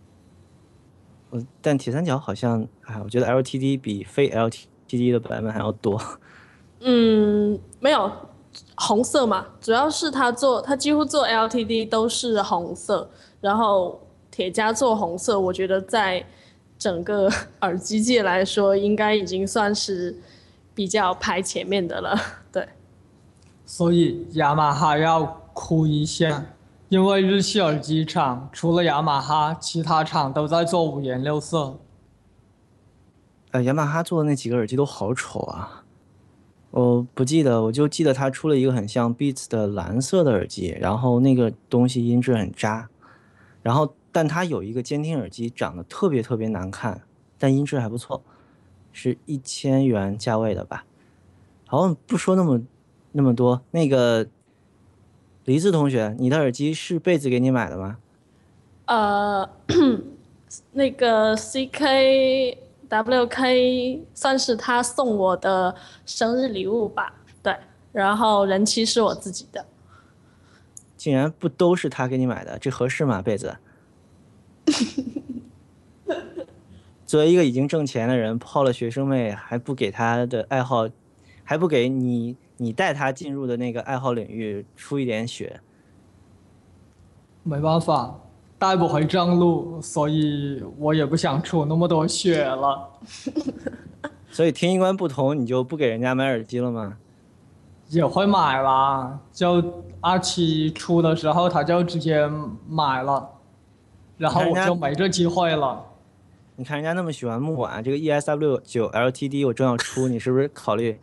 但铁三角好像，我觉得 LTD 比非 LTD 的版本还要多。 没有，红色嘛，主要是他几乎做 LTD 都是红色，然后铁夹做红色，我觉得在整个耳机界来说，应该已经算是比较排前面的了，对。 所以雅马哈要哭一下，因为日系耳机厂除了雅马哈，其他厂都在做五颜六色。 雅马哈做的那几个耳机都好丑啊！我不记得，我就记得它出了一个很像 Beats 的蓝色的耳机，然后那个东西音质很渣，但它有一个监听耳机长得特别特别难看，但音质还不错，是1000元价位的吧。好，不说那么多，那个梨子同学，你的耳机是贝子给你买的吗？ 那个 CKWK 算是他送我的生日礼物吧，对。然后人气是我自己的。 竟然不都是他给你买的，这合适吗，贝子？作为一个已经挣钱的人，泡了学生妹还不给他的爱好，还不给你带他进入的那个爱好领域出一点血。 没办法，带不回正路，所以我也不想出那么多血了。 所以听音观不同，你就不给人家买耳机了吗？ 也会买啦，就27出的时候他就直接买了，然后我就没这机会了。 你看人家那么喜欢木碗，这个 ESW9 LTD 我正要出，你是不是考虑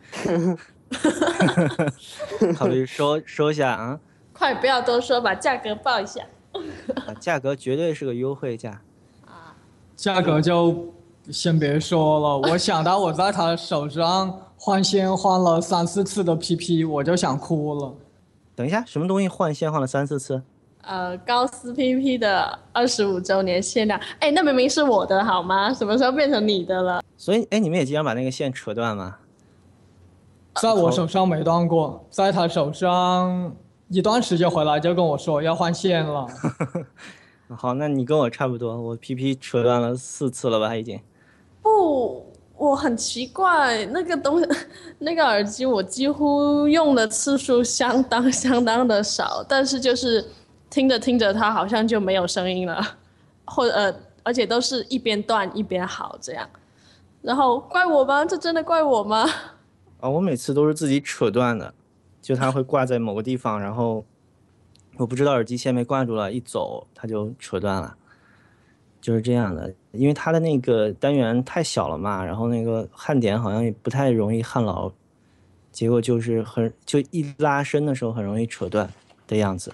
收下啊？ 快不要多说，把价格报一下。 价格绝对是个优惠价。 价格就先别说了，我想到我在他手上换线换了3-4次的 PP， 我就想哭了。 等一下，什么东西换线换了3-4次？ 高斯 PP 的25周年限量，那明明是我的好吗？什么时候变成你的了？ 所以，你们也经常把那个线扯断吗？ 在我手上没断过，在他手上一段时间回来就跟我说要换线了。 好，那你跟我差不多，我 PP 扯断了4次了吧，已经。 不，我很奇怪，那个东西，那个耳机我几乎用的次数相当的少，但是就是听着听着它好像就没有声音了，而且都是一边断一边好这样，然后怪我吗？这真的怪我吗？ 我每次都是自己扯断的，就它会挂在某个地方，然后我不知道耳机线没挂住了，一走它就扯断了，就是这样的。因为它的那个单元太小了嘛，然后那个焊点好像也不太容易焊牢，结果就是就一拉伸的时候很容易扯断的样子。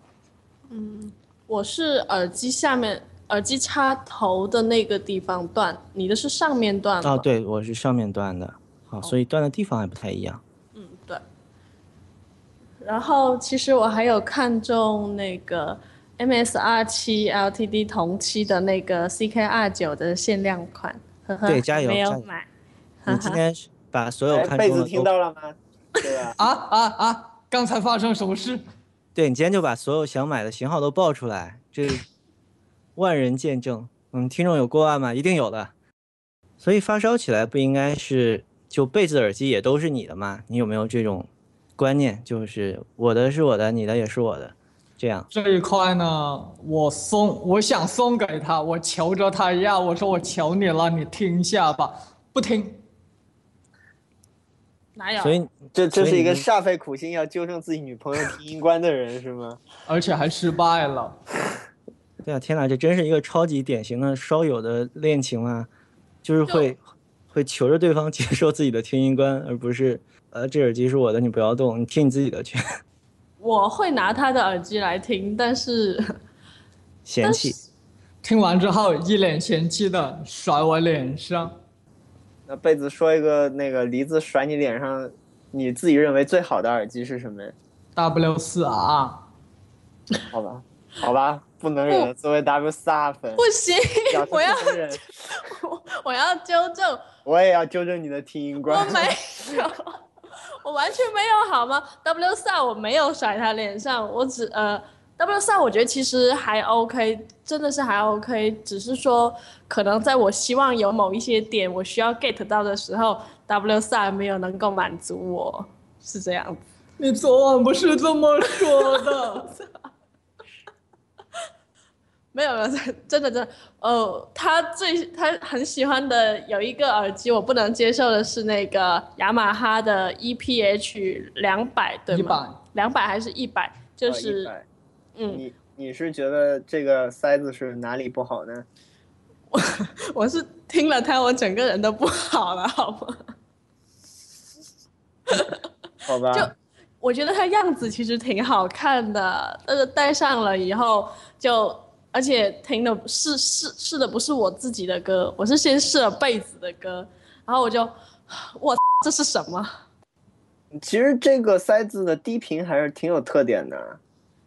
我是耳机下面耳机插头的那个地方断，你的是上面断吗？ 对，我是上面断的。好，所以断的地方还不太一样。 对。然后其实我还有看中那个 MSR7 LTD 同期的那个 CKR9 的限量款， 对，加油！ 没有买。 你今天把所有看中的贝子听到了吗？对吧？ 刚才发生什么事？ 对，你今天就把所有想买的型号都报出来，这万人见证。听众有过万吗？一定有的。所以发烧起来不应该是就贝子耳机也都是你的吗？你有没有这种观念？就是我的是我的，你的也是我的，这样。 这一块呢，我想送给他，我求着他要，我说我求你了，你听一下吧，不听。 哪有？ 所以这是一个煞费苦心要纠正自己女朋友听音观的人是吗？ 而且还失败了。 对啊，天哪，这真是一个超级典型的烧友的恋情啊！就是会求着对方接受自己的听音观，而不是这耳机是我的，你不要动，你听你自己的去。 我会拿他的耳机来听，但是嫌弃。 听完之后一脸嫌弃的甩我脸上。 那贝子说一个那个梨子甩你脸上，你自己认为最好的耳机是什么 W4R。 好吧，不能忍，作为 W4R 粉， 不行，我要纠正， 我也要纠正你的听音观。 我没有，我完全没有好吗 ？W4R 我没有甩他脸上，我只W4R 我觉得其实还 OK， 真的是还 OK， 只是说可能在我希望有某一些点我需要 get 到的时候 ，W4R 没有能够满足我，是这样子。 你昨晚不是这么说的。 没有，真的，他很喜欢的有一个耳机，我不能接受的是那个雅马哈的 EPH200，对吗？200还是100？就是， 你是觉得这个塞子是哪里不好呢？ 我是听了它，我整个人都不好了，好吗？ 好吧。 就我觉得它样子其实挺好看的，但是戴上了以后就。而且听的试的不是我自己的歌，我是先试了贝子的歌，然后我这是什么？ 其实这个塞子的低频还是挺有特点的。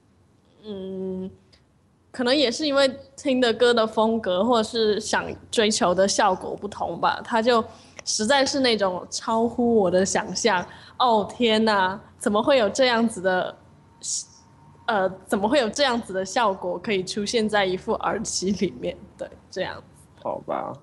可能也是因为听的歌的风格或者是想追求的效果不同吧，它就实在是那种超乎我的想象。哦天哪，怎么会有这样子的？怎么会有这样子的效果可以出现在一副耳机里面？对，这样子。 好吧。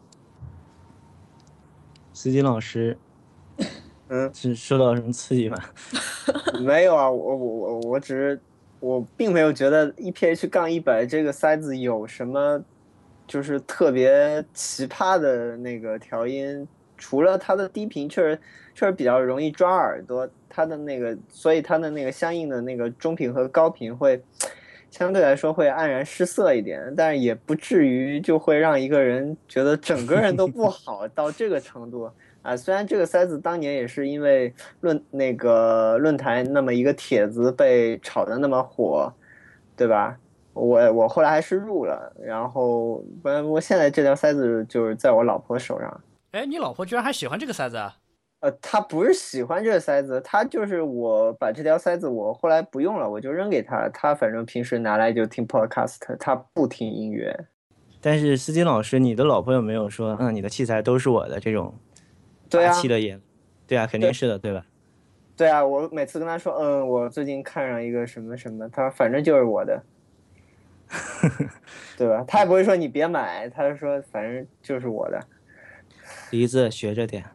司机老师，是受到什么刺激吗？ 没有啊，我并没有觉得 EPH-100这个塞子有什么就是特别奇葩的那个调音，除了它的低频确实比较容易抓耳朵。它的那个，所以它的那个相应的那个中频和高频会相对来说会黯然失色一点，但是也不至于就会让一个人觉得整个人都不好到这个程度啊。虽然这个塞子当年也是因为论坛那么一个帖子被炒得那么火，对吧？我后来还是入了，然后我现在这条塞子就是在我老婆手上。 哎，你老婆居然还喜欢这个塞子啊？ 他不是喜欢这个塞子，他就是我把这条塞子我后来不用了，我就扔给他，他反正平时拿来就听 podcast， 他不听音乐。 但是司机老师，你的老婆有没有说，你的器材都是我的这种霸气的言？对啊，肯定是的，对吧？ 对啊，我每次跟他说，我最近看上一个什么什么，他反正就是我的，对吧？他也不会说你别买，他就说反正就是我的。 梨子学着点。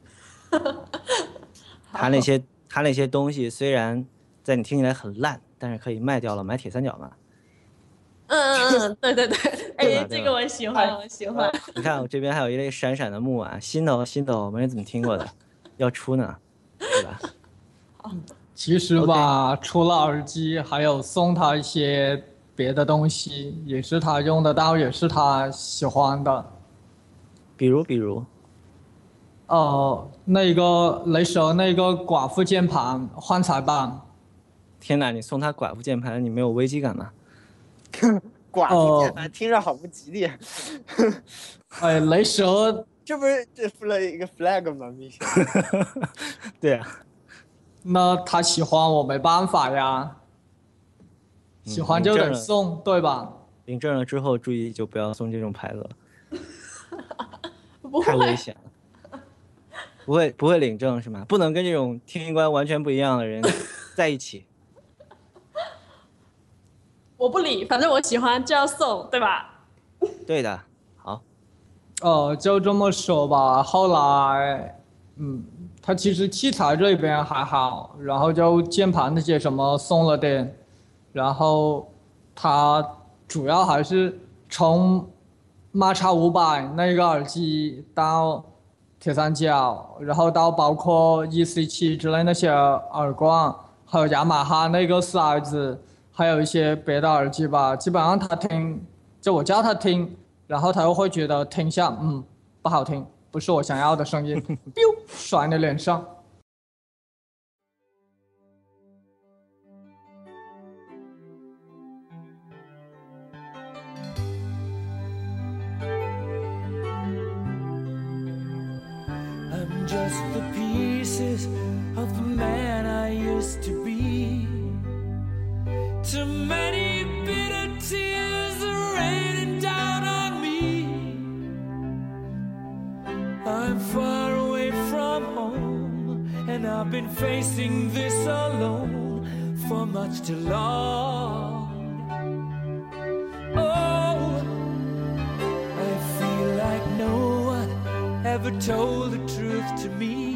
他那些东西虽然在你听起来很烂，但是可以卖掉了，买铁三角嘛。 对，哎，这个我喜欢，我喜欢。 你看我这边还有一类闪闪的木碗，新的我没怎么听过的，要出呢，对吧？ 其实吧，除了耳机，还有送他一些别的东西，也是他用得到，也是他喜欢的。 比如。 那个雷蛇那个寡妇键盘幻彩棒。 天哪，你送他寡妇键盘，你没有危机感吗？ 寡妇键盘听着好不吉利。 哎，雷蛇这不是立了一个 flag 吗？明显。 对啊。 那他喜欢我没办法呀，喜欢就得送，对吧？ 领证了之后注意就不要送这种牌子了。 太危险了。不会领证是吗？不能跟这种听音观完全不一样的人在一起。 我不理，反正我喜欢就要送，对吧？ 对的，好。 就这么说吧。后来，他其实器材这边还好，然后就键盘那些什么送了点，然后他主要还是从 Matcha 500那个耳机到铁三角，然后到包括 EC7 之类那些耳冠，还有雅马哈那个4R还有一些别的耳机吧，基本上他听，就我叫他听，然后他又会觉得听下，不好听，不是我想要的声音，甩你脸上。 I'm just the pieces of the man I used to be. Too many bitter tears are raining down on me. I'm far away from home, and I've been facing this alone for much too long. Oh, I feel like no one ever told the truth to me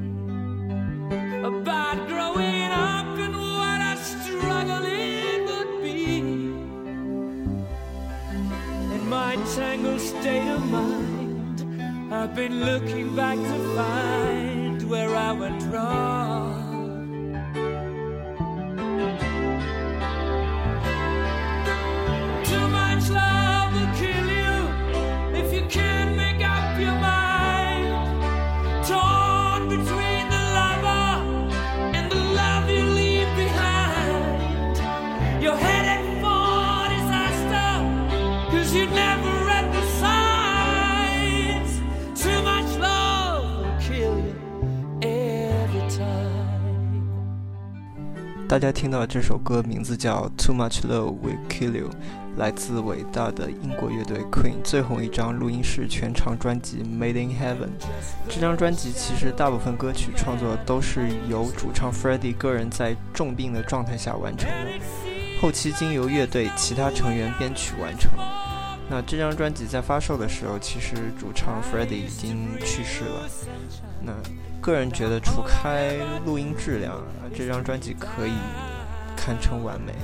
about growing up and what a struggle it would be. In my tangled state of mind, I've been looking back to find where I went wrong. Too much love will kill you if you can't make up your mind. Torn between the lover and the love you leave behind. You're headed for disaster, 'cause you never read the signs. Too much love will kill you every time. 大家听到这首歌名字叫 Too Much Love Will Kill You， 来自伟大的英国乐队 Queen 最后一张录音室全长专辑 Made in Heaven。 这张专辑其实大部分歌曲创作都是由主唱 Freddie 个人在重病的状态下完成的，后期经由乐队其他成员编曲完成。那这张专辑在发售的时候，其实主唱 Freddie 已经去世了。那个人觉得除开录音质量，这张专辑可以堪称完美。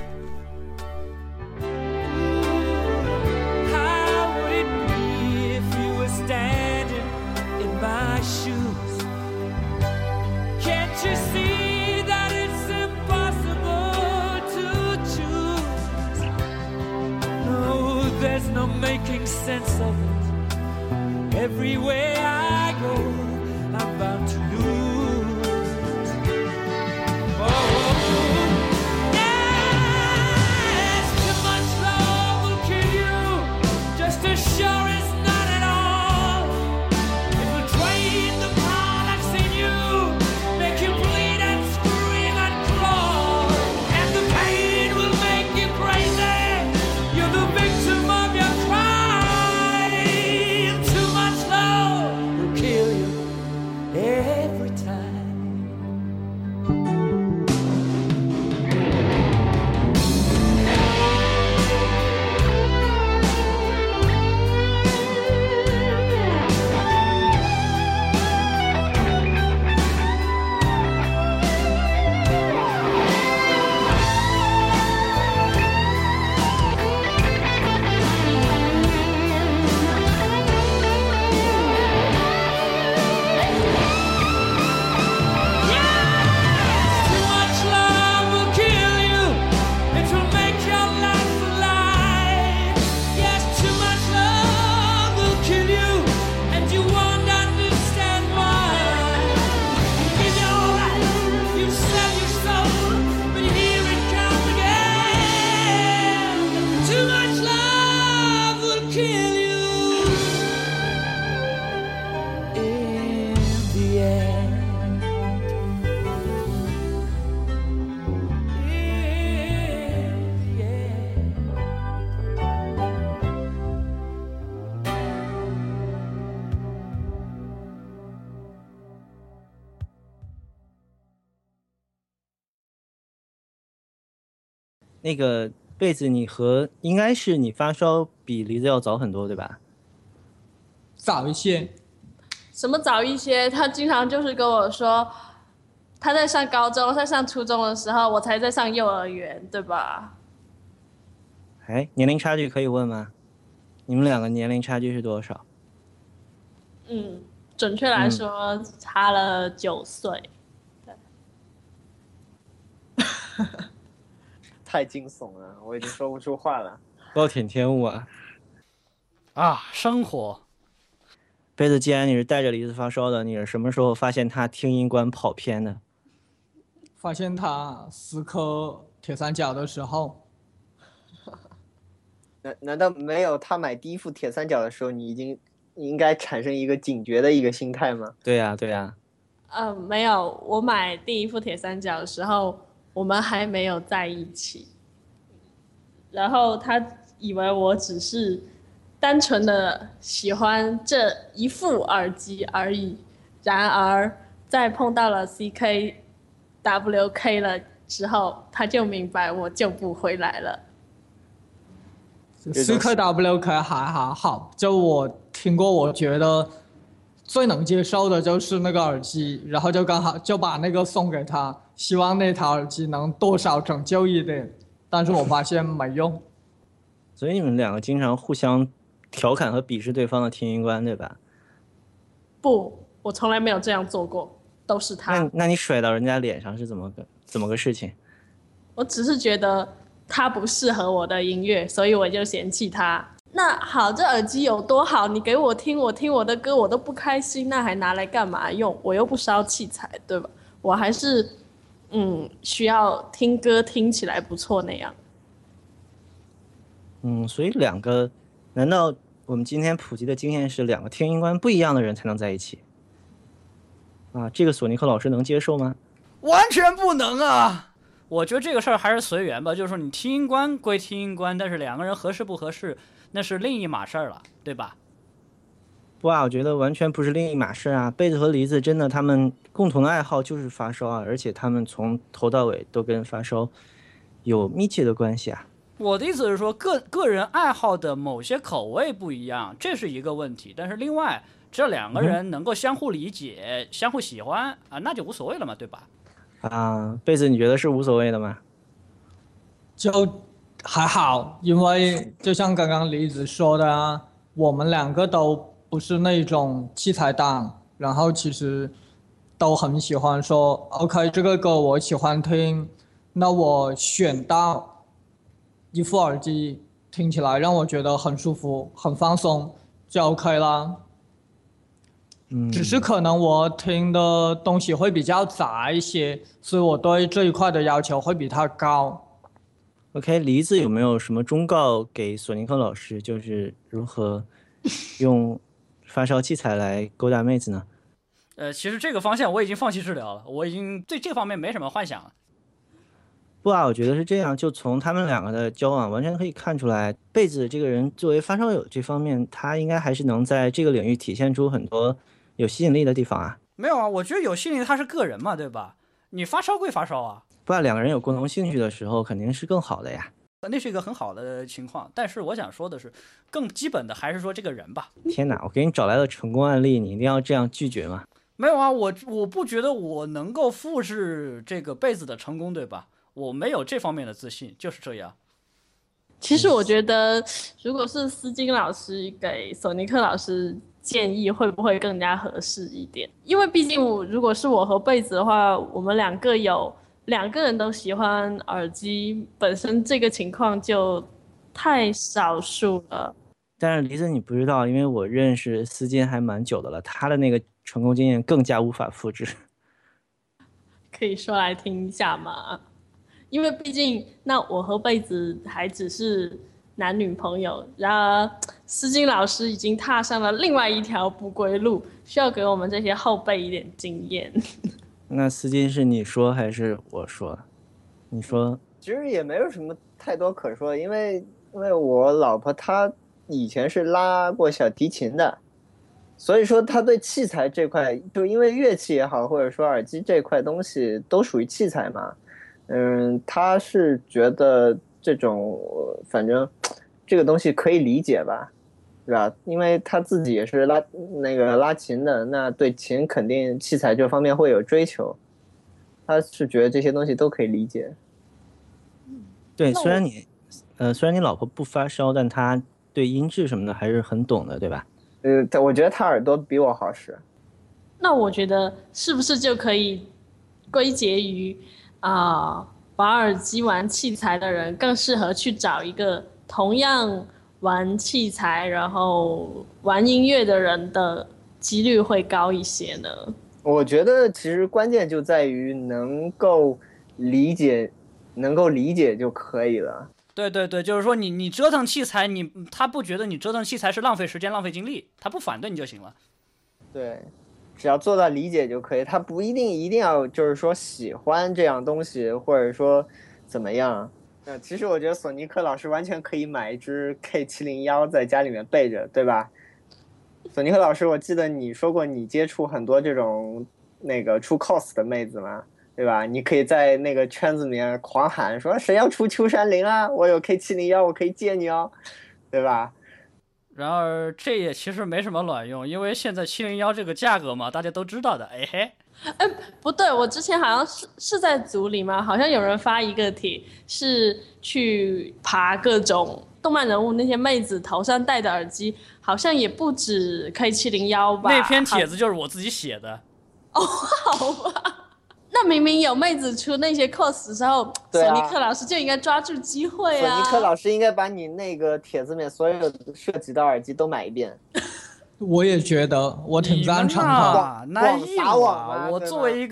How would it be if you were standing in my shoes? Can't you see that it's impossible to choose? No, there's no making sense of it. Everywhere I go, I'm bound to lose. Oh, yes, too much love will kill you, just as sure as not at all. It will drain the products in you, make you bleed and scream and crawl, and the pain will make you crazy. You're the victim of your crime. Too much love will kill you every time. 那个贝子，应该是你发烧比梨子要早很多，对吧？ 早一些。 什么早一些？他经常就是跟我说，他在上高中、在上初中的时候，我才在上幼儿园，对吧？ 哎，年龄差距可以问吗？你们两个年龄差距是多少？ 准确来说差了9岁。 太惊悚了，我已经说不出话了。 暴殄天物啊！ 生活。 杯子，既然你是带着梨子发烧的，你是什么时候发现他听音观跑偏的？ 发现他死磕铁三角的时候。 难道没有他买第一副铁三角的时候，你应该产生一个警觉的一个心态吗？ 对呀，对呀。 没有，我买第一副铁三角的时候，我们还没有在一起。然后他以为我只是单纯的喜欢这一副耳机而已。然而，在碰到了 CKWK 了之后，他就明白我救不回来了。 CKWK 还好，就我听过，我觉得最能接受的就是那个耳机，然后就刚好就把那个送给他，希望那条耳机能多少拯救一点，但是我发现没用。 所以你们两个经常互相调侃和鄙视对方的听音观，对吧？ 不，我从来没有这样做过，都是他。 那你甩到人家脸上是怎么个事情？ 我只是觉得他不适合我的音乐，所以我就嫌弃他。那好，这耳机有多好？你给我听，我听我的歌，我都不开心，那还拿来干嘛用？我又不烧器材，对吧？我还是需要听歌听起来不错那样。 所以难道我们今天普及的经验是两个听音观不一样的人才能在一起？这个索尼克老师能接受吗？ 完全不能啊！我觉得这个事儿还是随缘吧，就是说你听音观归听音观，但是两个人合适不合适，那是另一码事儿了，对吧？ 不我觉得完全不是另一码事啊！贝子和梨子真的，他们共同的爱好就是发烧啊，而且他们从头到尾都跟发烧有密切的关系啊。 我的意思是说，个人爱好的某些口味不一样，这是一个问题。但是另外，这两个人能够相互理解、相互喜欢那就无所谓了嘛，对吧？ 贝子，你觉得是无所谓的吗？ 就还好，因为就像刚刚梨子说的我们两个都不是那种器材党，然后其实都很喜欢说 OK 这个歌我喜欢听，那我选到一副耳机听起来让我觉得很舒服很放松就 OK 啦。只是可能我听的东西会比较杂一些，所以我对这一块的要求会比他高。 OK， 梨子有没有什么忠告给索尼克老师，就是如何用发烧器材来勾搭妹子呢？ 其实这个方向我已经放弃治疗了，我已经对这方面没什么幻想了。 不我觉得是这样，就从他们两个的交往完全可以看出来，贝子这个人作为发烧友这方面，他应该还是能在这个领域体现出很多有吸引力的地方啊。 没有我觉得有吸引力他是个人嘛，对吧？你发烧归发烧啊。 不两个人有共同兴趣的时候肯定是更好的呀。 那是一个很好的情况，但是我想说的是，更基本的还是说这个人吧。 天哪，我给你找来了成功案例，你一定要这样拒绝吗？ 没有我不觉得我能够复制这个贝子的成功，对吧？我没有这方面的自信，就是这样。 其实我觉得，如果是思金老师给索尼克老师建议，会不会更加合适一点？因为毕竟如果是我和贝子的话，我们两个人都喜欢耳机，本身这个情况就太少数了。 但是梨子你不知道，因为我认识思金还蛮久的了，他的那个成功经验更加无法复制。 可以说来听一下吗？因为毕竟那我和贝子还只是男女朋友，然而思金老师已经踏上了另外一条不归路，需要给我们这些后辈一点经验。 那思金是你说还是我说？你说。 其实也没有什么太多可说，因为我老婆她以前是拉过小提琴的，所以说她对器材这块，就因为乐器也好，或者说耳机这块东西都属于器材嘛。他是觉得这种反正这个东西可以理解吧，是吧？因为他自己也是拉琴的，那对琴肯定器材这方面会有追求，他是觉得这些东西都可以理解。 对，虽然你老婆不发烧，但她对音质什么的还是很懂的，对吧？ 我觉得他耳朵比我好使。 那我觉得是不是就可以归结于玩耳机玩器材的人更适合去找一个同样玩器材然后玩音乐的人的几率会高一些呢？ 我觉得其实关键就在于能够理解就可以了。 对对对，就是说你折腾器材，他不觉得你折腾器材是浪费时间浪费精力，他不反对你就行了。 对，只要做到理解就可以，他不一定要就是说喜欢这样东西，或者说怎么样。其实我觉得索尼克老师完全可以买一支 K701在家里面备着，对吧？索尼克老师，我记得你说过你接触很多这种那个出 cos 的妹子嘛，对吧？你可以在那个圈子里面狂喊说谁要出秋山绫啊，我有 K701，我可以借你哦，对吧？ 然而这也其实没什么卵用，因为现在701这个价格嘛，大家都知道的。哎嘿， 不对，我之前好像是在组里嘛，好像有人发一个帖，是去爬各种动漫人物那些妹子头上戴的耳机，好像也不止 K701吧。 那篇帖子就是我自己写的。 哦，好吧。那明明有妹子出那些 cos 的时候，索尼克老师就应该抓住机会啊！ 索尼克老师应该把你那个帖子里面所有涉及到耳机都买一遍。 我也觉得，我挺赞成的。那撒网啊！ 我作为一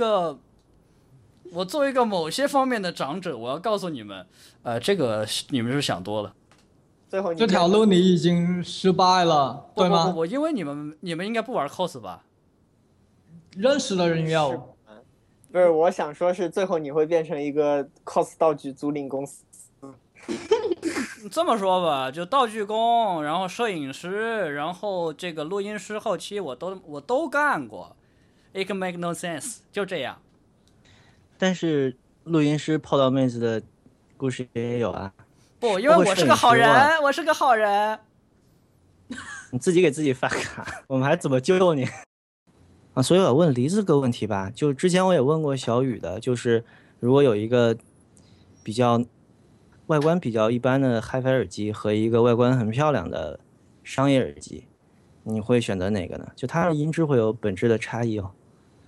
个某些方面的长者，我要告诉你们，这个你们是想多了。 最后这条路你已经失败了，对吗？ 不，因为你们应该不玩 cos 吧？ 认识的人有。 不是，我想说是最后你会变成一个 cos 道具租赁公司。 这么说吧，就道具工，然后摄影师，然后这个录音师、后期我都干过。It can make no sense， 就这样。 但是录音师泡到妹子的故事也有啊。 不，因为我是个好人，我是个好人。 你自己给自己发卡，我们还怎么救你？啊，所以我问梨子个问题吧，就之前我也问过小雨的，就是如果有一个外观比较一般的 HiFi 耳机和一个外观很漂亮的商业耳机，你会选择哪个呢？就它的音质会有本质的差异哦。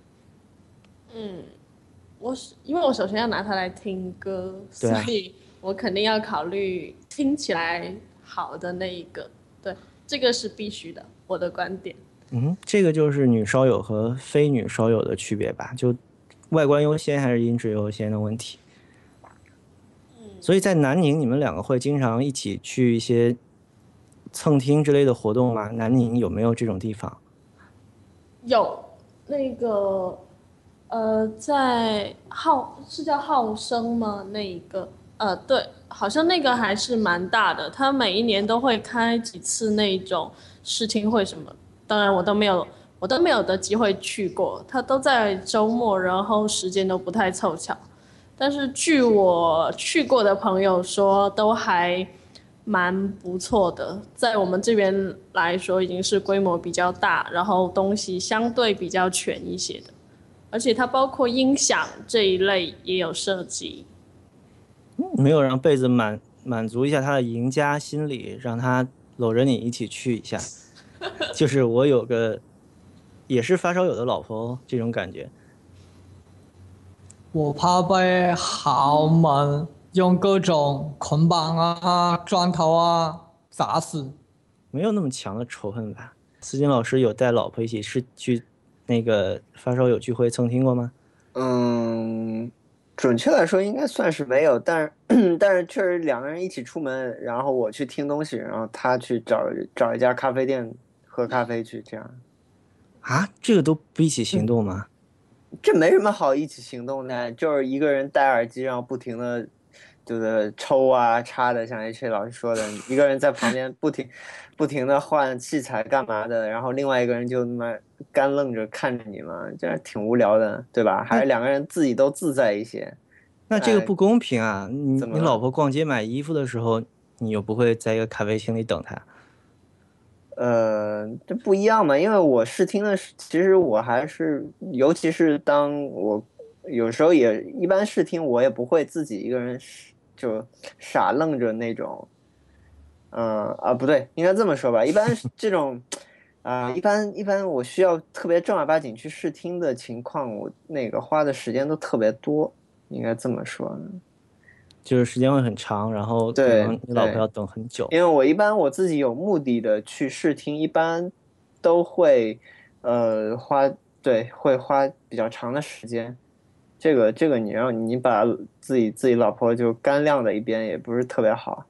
因为我首先要拿它来听歌，所以我肯定要考虑听起来好的那一个，对，这个是必须的，我的观点。 这个就是女烧友和非女烧友的区别吧，就外观优先还是音质优先的问题。所以在南宁，你们两个会经常一起去一些蹭听之类的活动吗？南宁有没有这种地方？ 有，那个在是叫浩生吗？那一个对，好像那个还是蛮大的，他每一年都会开几次那种试听会什么。当然我都没有的机会去过，他都在周末，然后时间都不太凑巧。但是据我去过的朋友说，都还蛮不错的，在我们这边来说已经是规模比较大，然后东西相对比较全一些的，而且它包括音响这一类也有设计。 没有让贝子满足一下他的赢家心理，让他搂着你一起去一下。就是我有个也是发烧友的老婆哦，这种感觉。 我怕被豪门用各种捆绑啊、砖头啊砸死。 没有那么强的仇恨吧？思金老师有带老婆一起去那个发烧友聚会蹭听过吗？ 准确来说应该算是没有，但是确实两个人一起出门，然后我去听东西，然后他去找一家咖啡店喝咖啡去，这样。 啊，这个都不一起行动吗？ 这没什么好一起行动的，就是一个人戴耳机，然后不停的就是抽啊插的，像 H 老师说的，一个人在旁边不停的换器材干嘛的，然后另外一个人就那么干愣着看着你嘛，这样挺无聊的，对吧？还是两个人自己都自在一些。 那这个不公平啊！你老婆逛街买衣服的时候，你又不会在一个咖啡厅里等她？ 这不一样嘛，因为我试听的其实我还是，尤其是当我有时候也一般试听，我也不会自己一个人就傻愣着那种。不对，应该这么说吧。一般这种一般我需要特别正儿八经去试听的情况，我那个花的时间都特别多，应该这么说呢。 就是时间会很长，然后可能你老婆要等很久。 因为我一般我自己有目的的去试听，一般都会会花比较长的时间。这个你让你把自己老婆就干晾在一边，也不是特别好。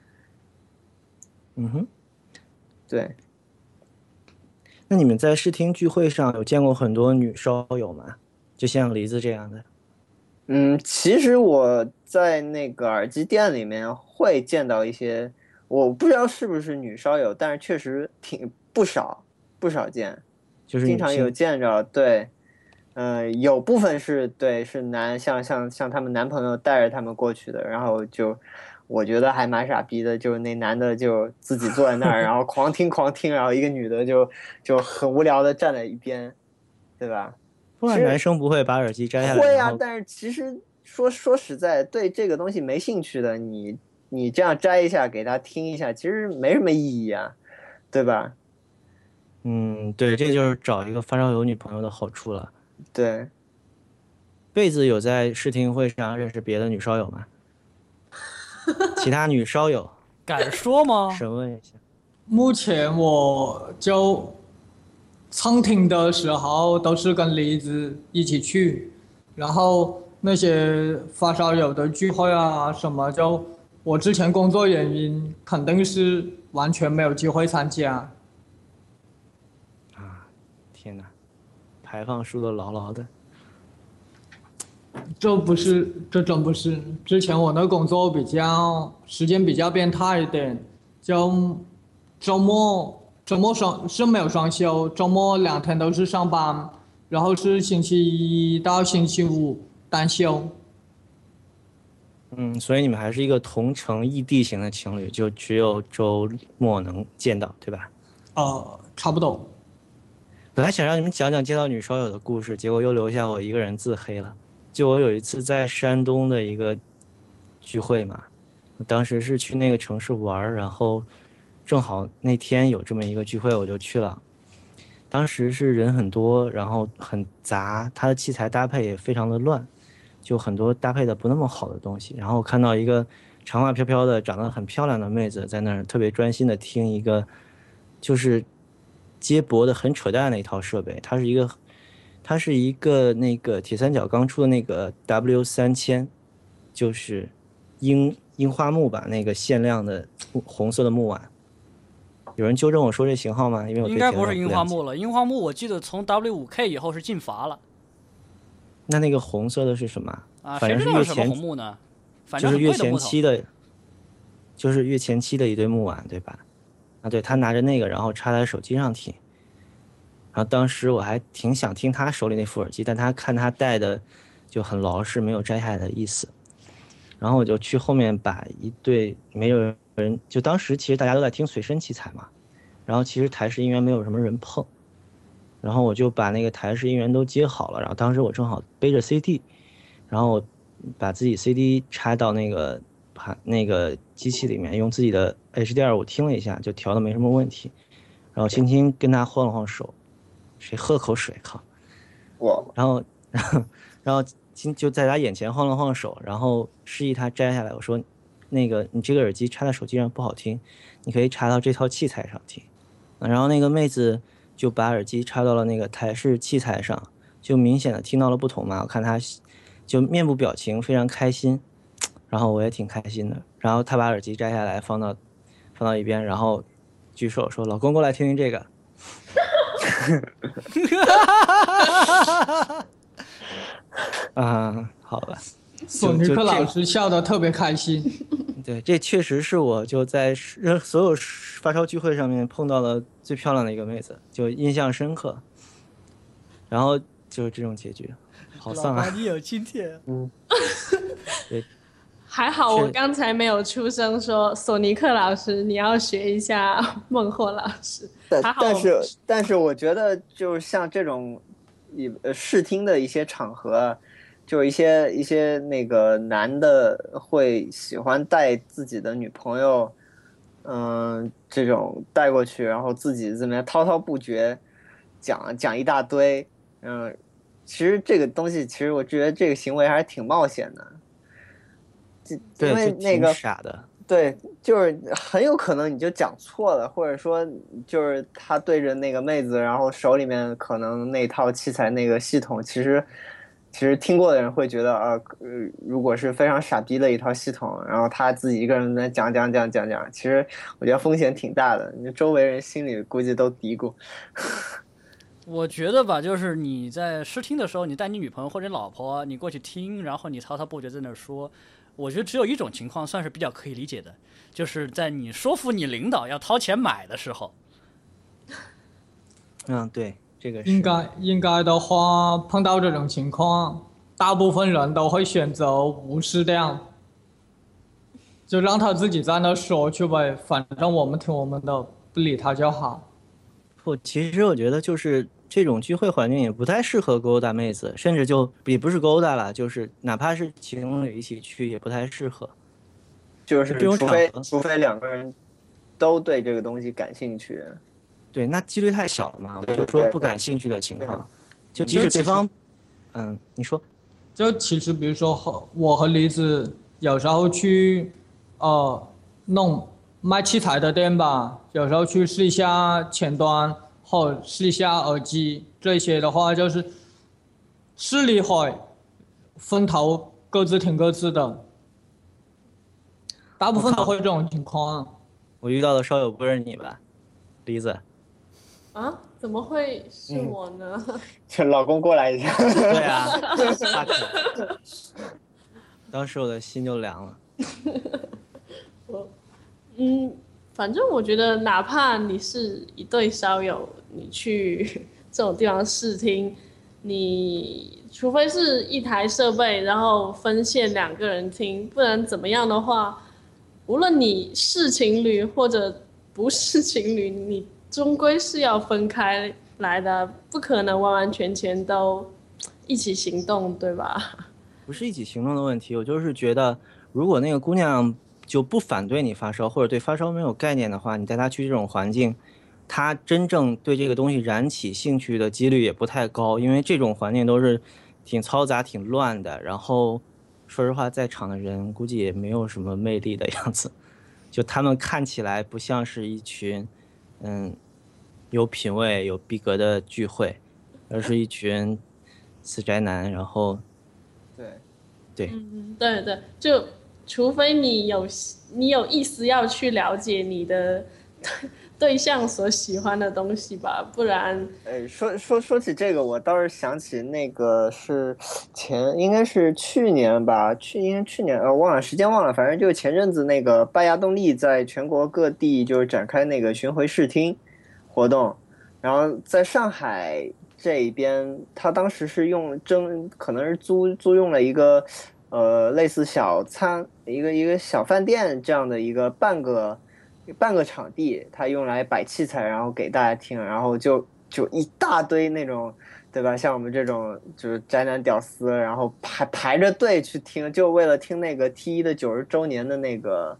嗯哼， 对。 那你们在试听聚会上有见过很多女烧友吗？就像梨子这样的？ 其实我在那个耳机店里面会见到一些，我不知道是不是女烧友，但是确实不少见， 就是经常有见着。对，有部分是像他们男朋友带着他们过去的，然后就我觉得还蛮傻逼的，就那男的就自己坐在那儿，然后狂听，然后一个女的就很无聊的站在一边，对吧？ 不然男生不会把耳机摘下来。 会啊，但是其实说实在，对这个东西没兴趣的，你这样摘一下给他听一下，其实没什么意义啊，对吧？ 对，这就是找一个发烧友女朋友的好处了。 对。 贝子有在试听会上认识别的女烧友吗？其他女烧友敢说吗？ 审问一下。 目前我就畅听的时候都是跟梨子一起去，然后那些发烧友的聚会啊什么，就我之前工作原因肯定是完全没有机会参加。 天哪，排放竖得牢牢的。 这真不是。之前我的工作时间比较变态一点，就周末是没有双休，周末2天都是上班，然后是星期一到星期五单休。 所以你们还是一个同城异地型的情侣，就只有周末能见到，对吧？ 差不多。 本来想让你们讲讲见到女烧友的故事，结果又留下我一个人自黑了。就我有一次在山东的一个聚会嘛，当时是去那个城市玩，然后正好那天有这么一个聚会，我就去了。当时是人很多，然后很杂，它的器材搭配也非常的乱，就很多搭配的不那么好的东西。然后我看到一个长发飘飘的、长得很漂亮的妹子在那儿特别专心的听一个就是接驳的很扯淡的一套设备，它是一个那个铁三角刚出的那个 W3000，就是樱花木吧，那个限量的红色的木碗。有人纠正我说这型号吗？因为我对应该不是樱花木了，樱花木我记得从 W5K 以后是禁伐了。 那个红色的是什么？反正是谁知道什么红木呢？反正就是越前期的一堆木碗，对吧？对，他拿着那个，然后插在手机上听。然后当时我还挺想听他手里那副耳机，但他看他戴的就很老实，没有摘下来的意思。然后我就去后面把一对没有人，就当时其实大家都在听随身器材嘛，然后其实台式音源没有什么人碰，然后我就把那个台式音源都接好了。然后当时我正好背着 CD， 然后我把自己 CD 插到那个机器里面，用自己的 HD2 听了一下，就调的没什么问题，然后轻轻跟他晃了晃手。谁喝口水？靠！然后就在他眼前晃了晃手，然后示意他摘下来。我说：“那个，你这个耳机插在手机上不好听，你可以插到这套器材上听。”然后那个妹子就把耳机插到了那个台式器材上，就明显的听到了不同嘛。我看她就面部表情非常开心，然后我也挺开心的。然后她把耳机摘下来放到一边，然后举手说：“老公，过来听听这个。”好吧。 索尼克老师笑得特别开心。 对，这确实是我就在所有发烧聚会上面碰到了最漂亮的一个妹子，就印象深刻。然后就是这种结局，好丧啊！ 你有今天。 对。 还好我刚才没有出声说索尼克老师你要学一下孟获老师。 但是我觉得就是像这种试听的一些场合，就一些那个男的会喜欢带自己的女朋友这种带过去，然后自己这边滔滔不绝讲一大堆，其实这个东西，其实我觉得这个行为还是挺冒险的，因为那个傻的， 对，就是很有可能你就讲错了，或者说就是他对着那个妹子，然后手里面可能那套器材那个系统，其实听过的人会觉得如果是非常傻逼的一套系统，然后他自己一个人在讲，其实我觉得风险挺大的，你周围人心里估计都嘀咕。 我觉得吧，就是你在试听的时候，你带你女朋友或者老婆，你过去听，然后你滔滔不绝在那说，我觉得只有一种情况算是比较可以理解的，就是在你说服你领导要掏钱买的时候。 对，这个是应该的话，碰到这种情况，大部分人都会选择无视掉，就让他自己在那说去呗，反正我们听我们的，不理他就好。 其实我觉得就是这种聚会环境也不太适合勾搭妹子，甚至就也不是勾搭了，就是哪怕是情侣一起去也不太适合。 就是除非两个人都对这个东西感兴趣。 对，那几率太小了嘛。我就说不感兴趣的情况，就即使对方，你说， 就其实比如说我和梨子有时候去，弄卖器材的店吧，有时候去试一下前端或试一下耳机，这些的话就是试了一会，分头各自听各自的，大部分都会这种情况。 我遇到的稍有不是你吧，梨子？ 啊？怎么会是我呢？ 请老公过来一下。 对啊，当时我的心就凉了。 反正我觉得，哪怕你是一对烧友，你去这种地方试听，你除非是一台设备，然后分线2个人听，不然怎么样的话，无论你是情侣或者不是情侣，你终归是要分开来的，不可能完完全全都一起行动，对吧？ 不是一起行动的问题，我就是觉得，如果那个姑娘就不反对你发烧，或者对发烧没有概念的话，你带她去这种环境，她真正对这个东西燃起兴趣的几率也不太高，因为这种环境都是挺嘈杂、挺乱的。然后，说实话，在场的人估计也没有什么魅力的样子，就他们看起来不像是一群，有品位、有逼格的聚会，而是一群死宅男。然后，对， 对，就。除非你有意思要去了解你的对象所喜欢的东西吧，不然。 说起这个，我倒是想起那个是应该是去年吧，应该去年忘了时间忘了，反正就是前阵子那个拜亚动力在全国各地就是展开那个巡回试听活动，然后在上海这一边，他当时是可能是租用了一个。类似一个小饭店这样的一个半个场地，它用来摆器材，然后给大家听，然后就一大堆那种，对吧？像我们这种就是宅男屌丝，然后排着队去听，就为了听那个 T1的90周年的那个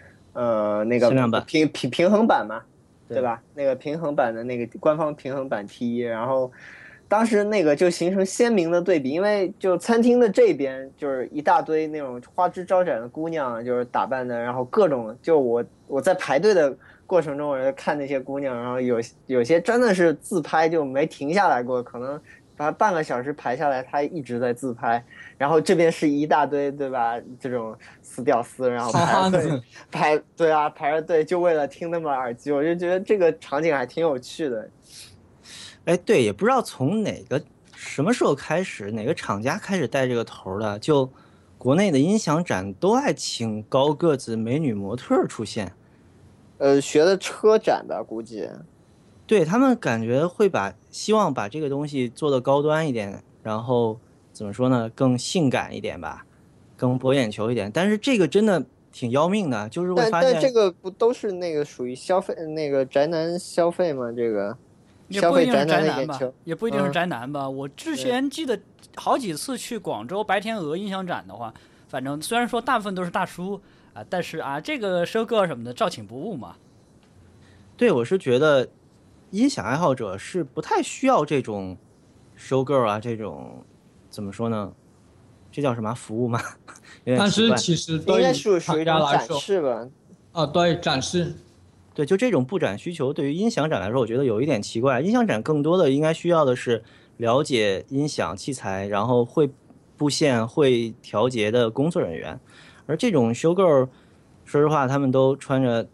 平衡版嘛，对吧？那个平衡版的那个官方平衡版 T1，然后。当时那个就形成鲜明的对比，因为就餐厅的这边就是一大堆那种花枝招展的姑娘，就是打扮的，然后各种就我在排队的过程中，我就看那些姑娘，然后有些真的是自拍就没停下来过，可能把半个小时排下来，她一直在自拍。然后这边是一大堆，对吧？这种死屌丝，然后排着队就为了听那么耳机，我就觉得这个场景还挺有趣的。 对，也不知道从什么时候开始，哪个厂家开始带这个头的，就国内的音响展都爱请高个子美女模特出现。 学的车展吧，估计。 对，他们感觉希望把这个东西做得高端一点，然后怎么说呢，更性感一点吧，更博眼球一点。但是这个真的挺要命的，就是会发现。 但这个不都是那个属于消费那个宅男消费吗？这个。 也不一定是宅男吧，也不一定是宅男吧。我之前记得好几次去广州白天鹅音响展的话， 反正虽然说大部分都是大叔啊，但是啊，这个收割什么的照请不误嘛。 对，我是觉得音响爱好者是不太需要这种收购啊，这种怎么说呢？这叫什么服务吗？ 但是其实对于厂家来说是吧？ 对，展示。 对，就这种布展需求，对于音响展来说，我觉得有一点奇怪。音响展更多的应该需要的是了解音响器材，然后会布线、会调节的工作人员。而这种收购，说实话，他们都穿着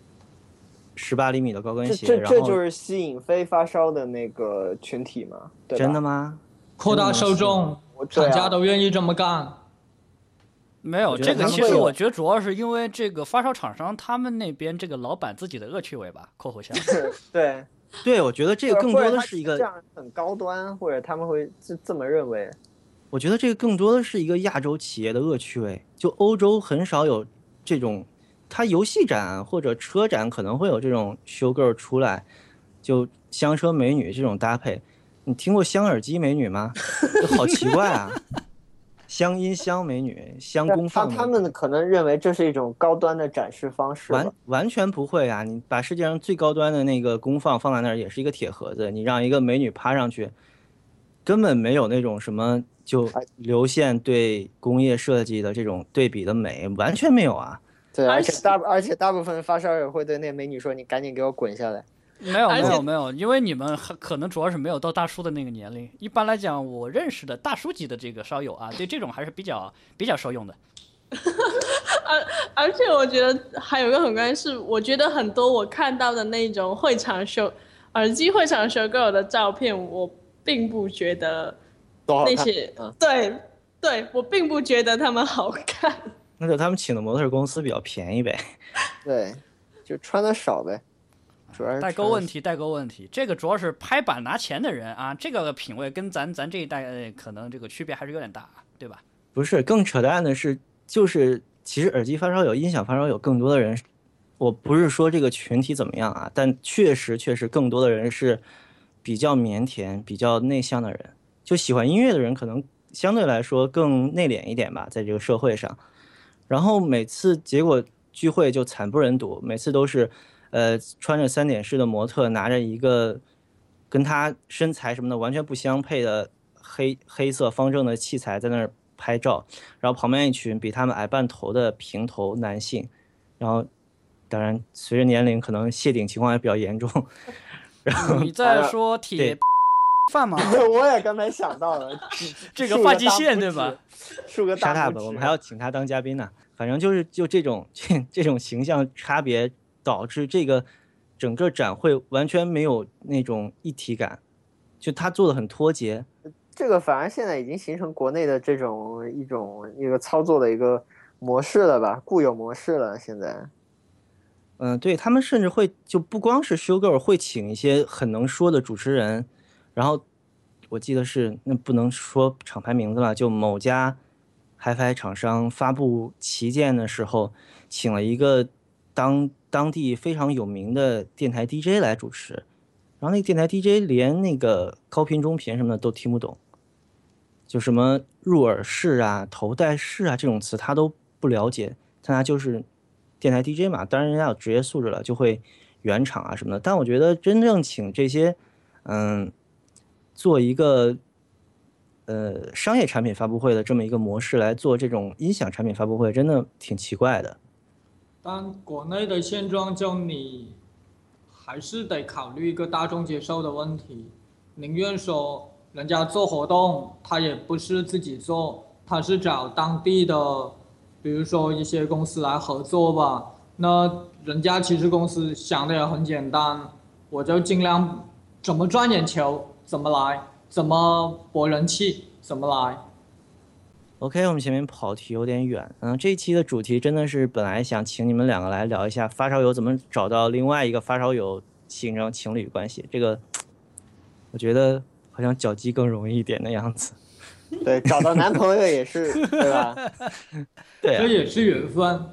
18厘米的高跟鞋， 这就是吸引非发烧的那个群体嘛？对吧？ 真的吗？ 扩大受众，厂家都愿意这么干。 没有这个，其实我觉得主要是因为这个发烧厂商他们那边这个老板自己的恶趣味吧，括弧下。 对， 我觉得这个更多的是一个这样很高端，或者他们会这么认为。 我觉得这个更多的是一个亚洲企业的恶趣味，就欧洲很少有这种，它游戏展或者车展可能会有这种修girl出来，就香车美女这种搭配。你听过香耳机美女吗？就好奇怪啊！香音箱美女，香功放美女， 他们可能认为这是一种高端的展示方式。 完全不会啊！你把世界上最高端的那个功放在那儿，也是一个铁盒子，你让一个美女趴上去，根本没有那种什么就流线对工业设计的这种对比的美，完全没有啊！ 对，而且大部分发烧友会对那美女说：“你赶紧给我滚下来。” 没有，因为你们可能主要是没有到大叔的那个年龄。一般来讲，我认识的大叔级的这个烧友啊，对这种还是比较受用的。 而且我觉得还有一个很关键是，我觉得很多我看到的那种耳机会场show girl的照片，我并不觉得那些对，我并不觉得他们好看。 那就他们请的模特公司比较便宜呗。 对，就穿的少呗。 代沟问题，这个主要是拍板拿钱的人啊，这个品味跟咱这一代可能这个区别还是有点大，对吧？ 不是，更扯淡的是，就是其实耳机发烧友、音响发烧友更多的人，我不是说这个群体怎么样啊，但确实更多的人是比较腼腆、比较内向的人，就喜欢音乐的人可能相对来说更内敛一点吧，在这个社会上。然后每次结果聚会就惨不忍睹，每次都是。穿着3点式的模特，拿着一个跟他身材什么的完全不相配的黑色方正的器材在那儿拍照，然后旁边一群比他们矮半头的平头男性，然后当然随着年龄可能谢顶情况也比较严重。然后你在说铁饭吗？ 我也刚才想到了这个发际线对吧？ 竖个大拇指， 我们还要请他当嘉宾呢。反正就这种形象差别。导致这个整个展会完全没有那种一体感，就他做的很脱节。 这个反而现在已经形成国内的这种一个操作的一个模式了吧，固有模式了。现在， 对，他们甚至会就不光是show girl，会请一些很能说的主持人，然后我记得是那不能说厂牌名字了，就某家HiFi厂商发布旗舰的时候，请了一个当地非常有名的电台 DJ 来主持，然后那个电台 DJ 连那个高频中频什么的都听不懂，就什么入耳式啊、头戴式啊这种词他都不了解，但他就是电台 DJ 嘛，当然人家有职业素质了，就会圆场啊什么的。但我觉得真正请这些做一个商业产品发布会的这么一个模式来做这种音响产品发布会，真的挺奇怪的。 但国内的现状就你还是得考虑一个大众接受的问题，宁愿说人家做活动他也不是自己做，他是找当地的比如说一些公司来合作吧，那人家其实公司想的也很简单，我就尽量怎么赚眼球怎么来，怎么博人气怎么来。 OK， 我们前面跑题有点远，这一期的主题真的是本来想请你们两个来聊一下发烧友怎么找到另外一个发烧友形成情侣关系，这个我觉得好像脚鸡更容易一点的样子。 对，找到男朋友也是，对吧？ 对、啊， 这也是缘分。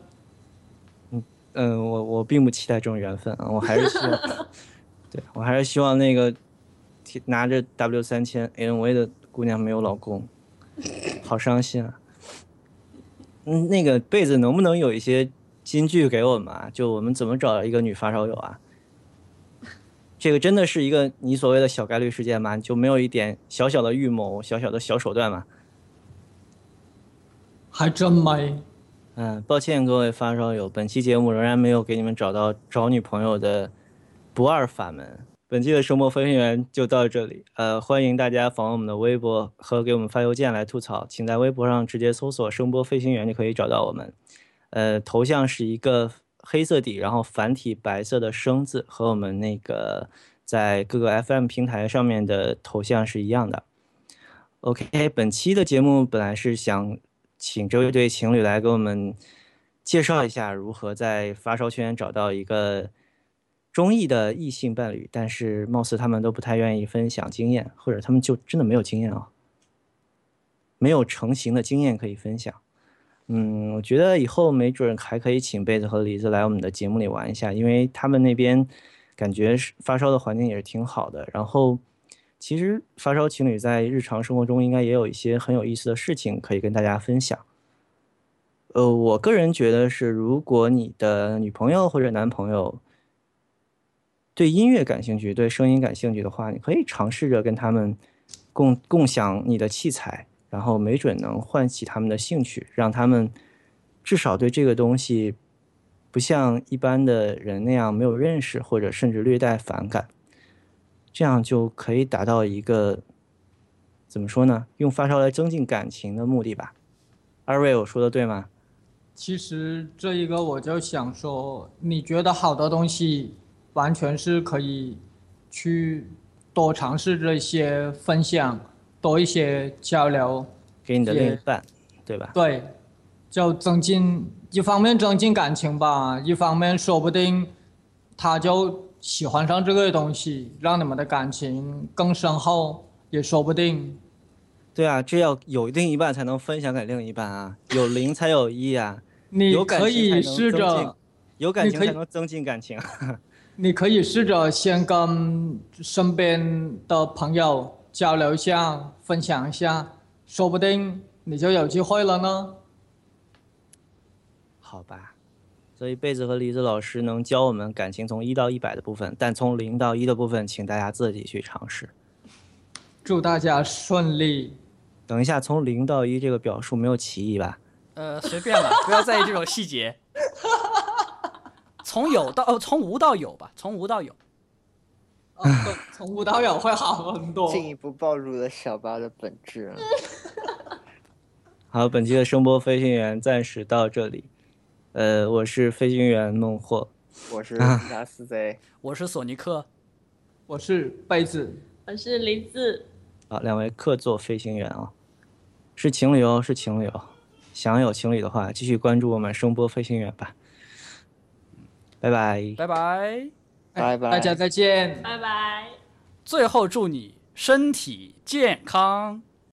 我并不期待这种缘分啊，我还是希望，对我还是希望那个拿着 W3000 LV 的姑娘没有老公。好伤心啊！ 那个贝子能不能有一些金句给我们啊？就我们怎么找一个女发烧友啊？这个真的是一个你所谓的小概率事件吗？就没有一点小小的预谋、小小的小手段吗？ 还真没。 抱歉各位发烧友，本期节目仍然没有给你们找到找女朋友的不二法门。本期的声波飞行员就到这里，欢迎大家访问我们的微博和给我们发邮件来吐槽，请在微博上直接搜索声波飞行员就可以找到我们。头像是一个黑色底，然后繁体白色的声字，和我们那个在各个 FM 平台上面的头像是一样的。OK， 本期的节目本来是想请这位对情侣来给我们介绍一下如何在发烧圈找到一个中意的异性伴侣，但是貌似他们都不太愿意分享经验，或者他们就真的没有经验啊，没有成型的经验可以分享。我觉得以后没准还可以请贝子和梨子来我们的节目里玩一下，因为他们那边感觉发烧的环境也是挺好的。然后其实发烧情侣在日常生活中应该也有一些很有意思的事情可以跟大家分享。我个人觉得是，如果你的女朋友或者男朋友对音乐感兴趣，对声音感兴趣的话，你可以尝试着跟他们共享你的器材，然后没准能唤起他们的兴趣，让他们至少对这个东西不像一般的人那样没有认识，或者甚至略带反感，这样就可以达到一个怎么说呢？用发烧来增进感情的目的吧。二位，我说的对吗？ 其实这一个我就想说，你觉得好的东西，完全是可以去多尝试这些分享，多一些交流， 给你的另一半，对吧？ 对，就一方面增进感情吧，一方面说不定他就喜欢上这个东西，让你们的感情更深厚，也说不定。 对啊，这要有另一半才能分享给另一半啊，有零才有一啊。 你可以试着， 有感情才能增进感情。 你可以试着先跟身边的朋友交流一下，分享一下，说不定你就有机会了呢。 好吧，所以贝子和梨子老师能教我们感情从1到100的部分，但从0到1的部分，请大家自己去尝试。 祝大家顺利。 等一下，从0到1这个表述没有歧义吧？ 随便了，不要在意这种细节。从无到有吧，从无到有。 从无到有会好很多。 进一步暴露了小八的本质。 好，本期的声波飞行员暂时到这里。我是飞行员孟获， 我是达斯贼， 我是索尼克， 我是贝子， 我是梨子。 好，两位客座飞行员啊，是情侣哦，是情侣哦。想有情侣的话，继续关注我们声波飞行员吧。拜拜， 拜拜， 拜拜， 大家再见， 拜拜。 最后祝你身体健康。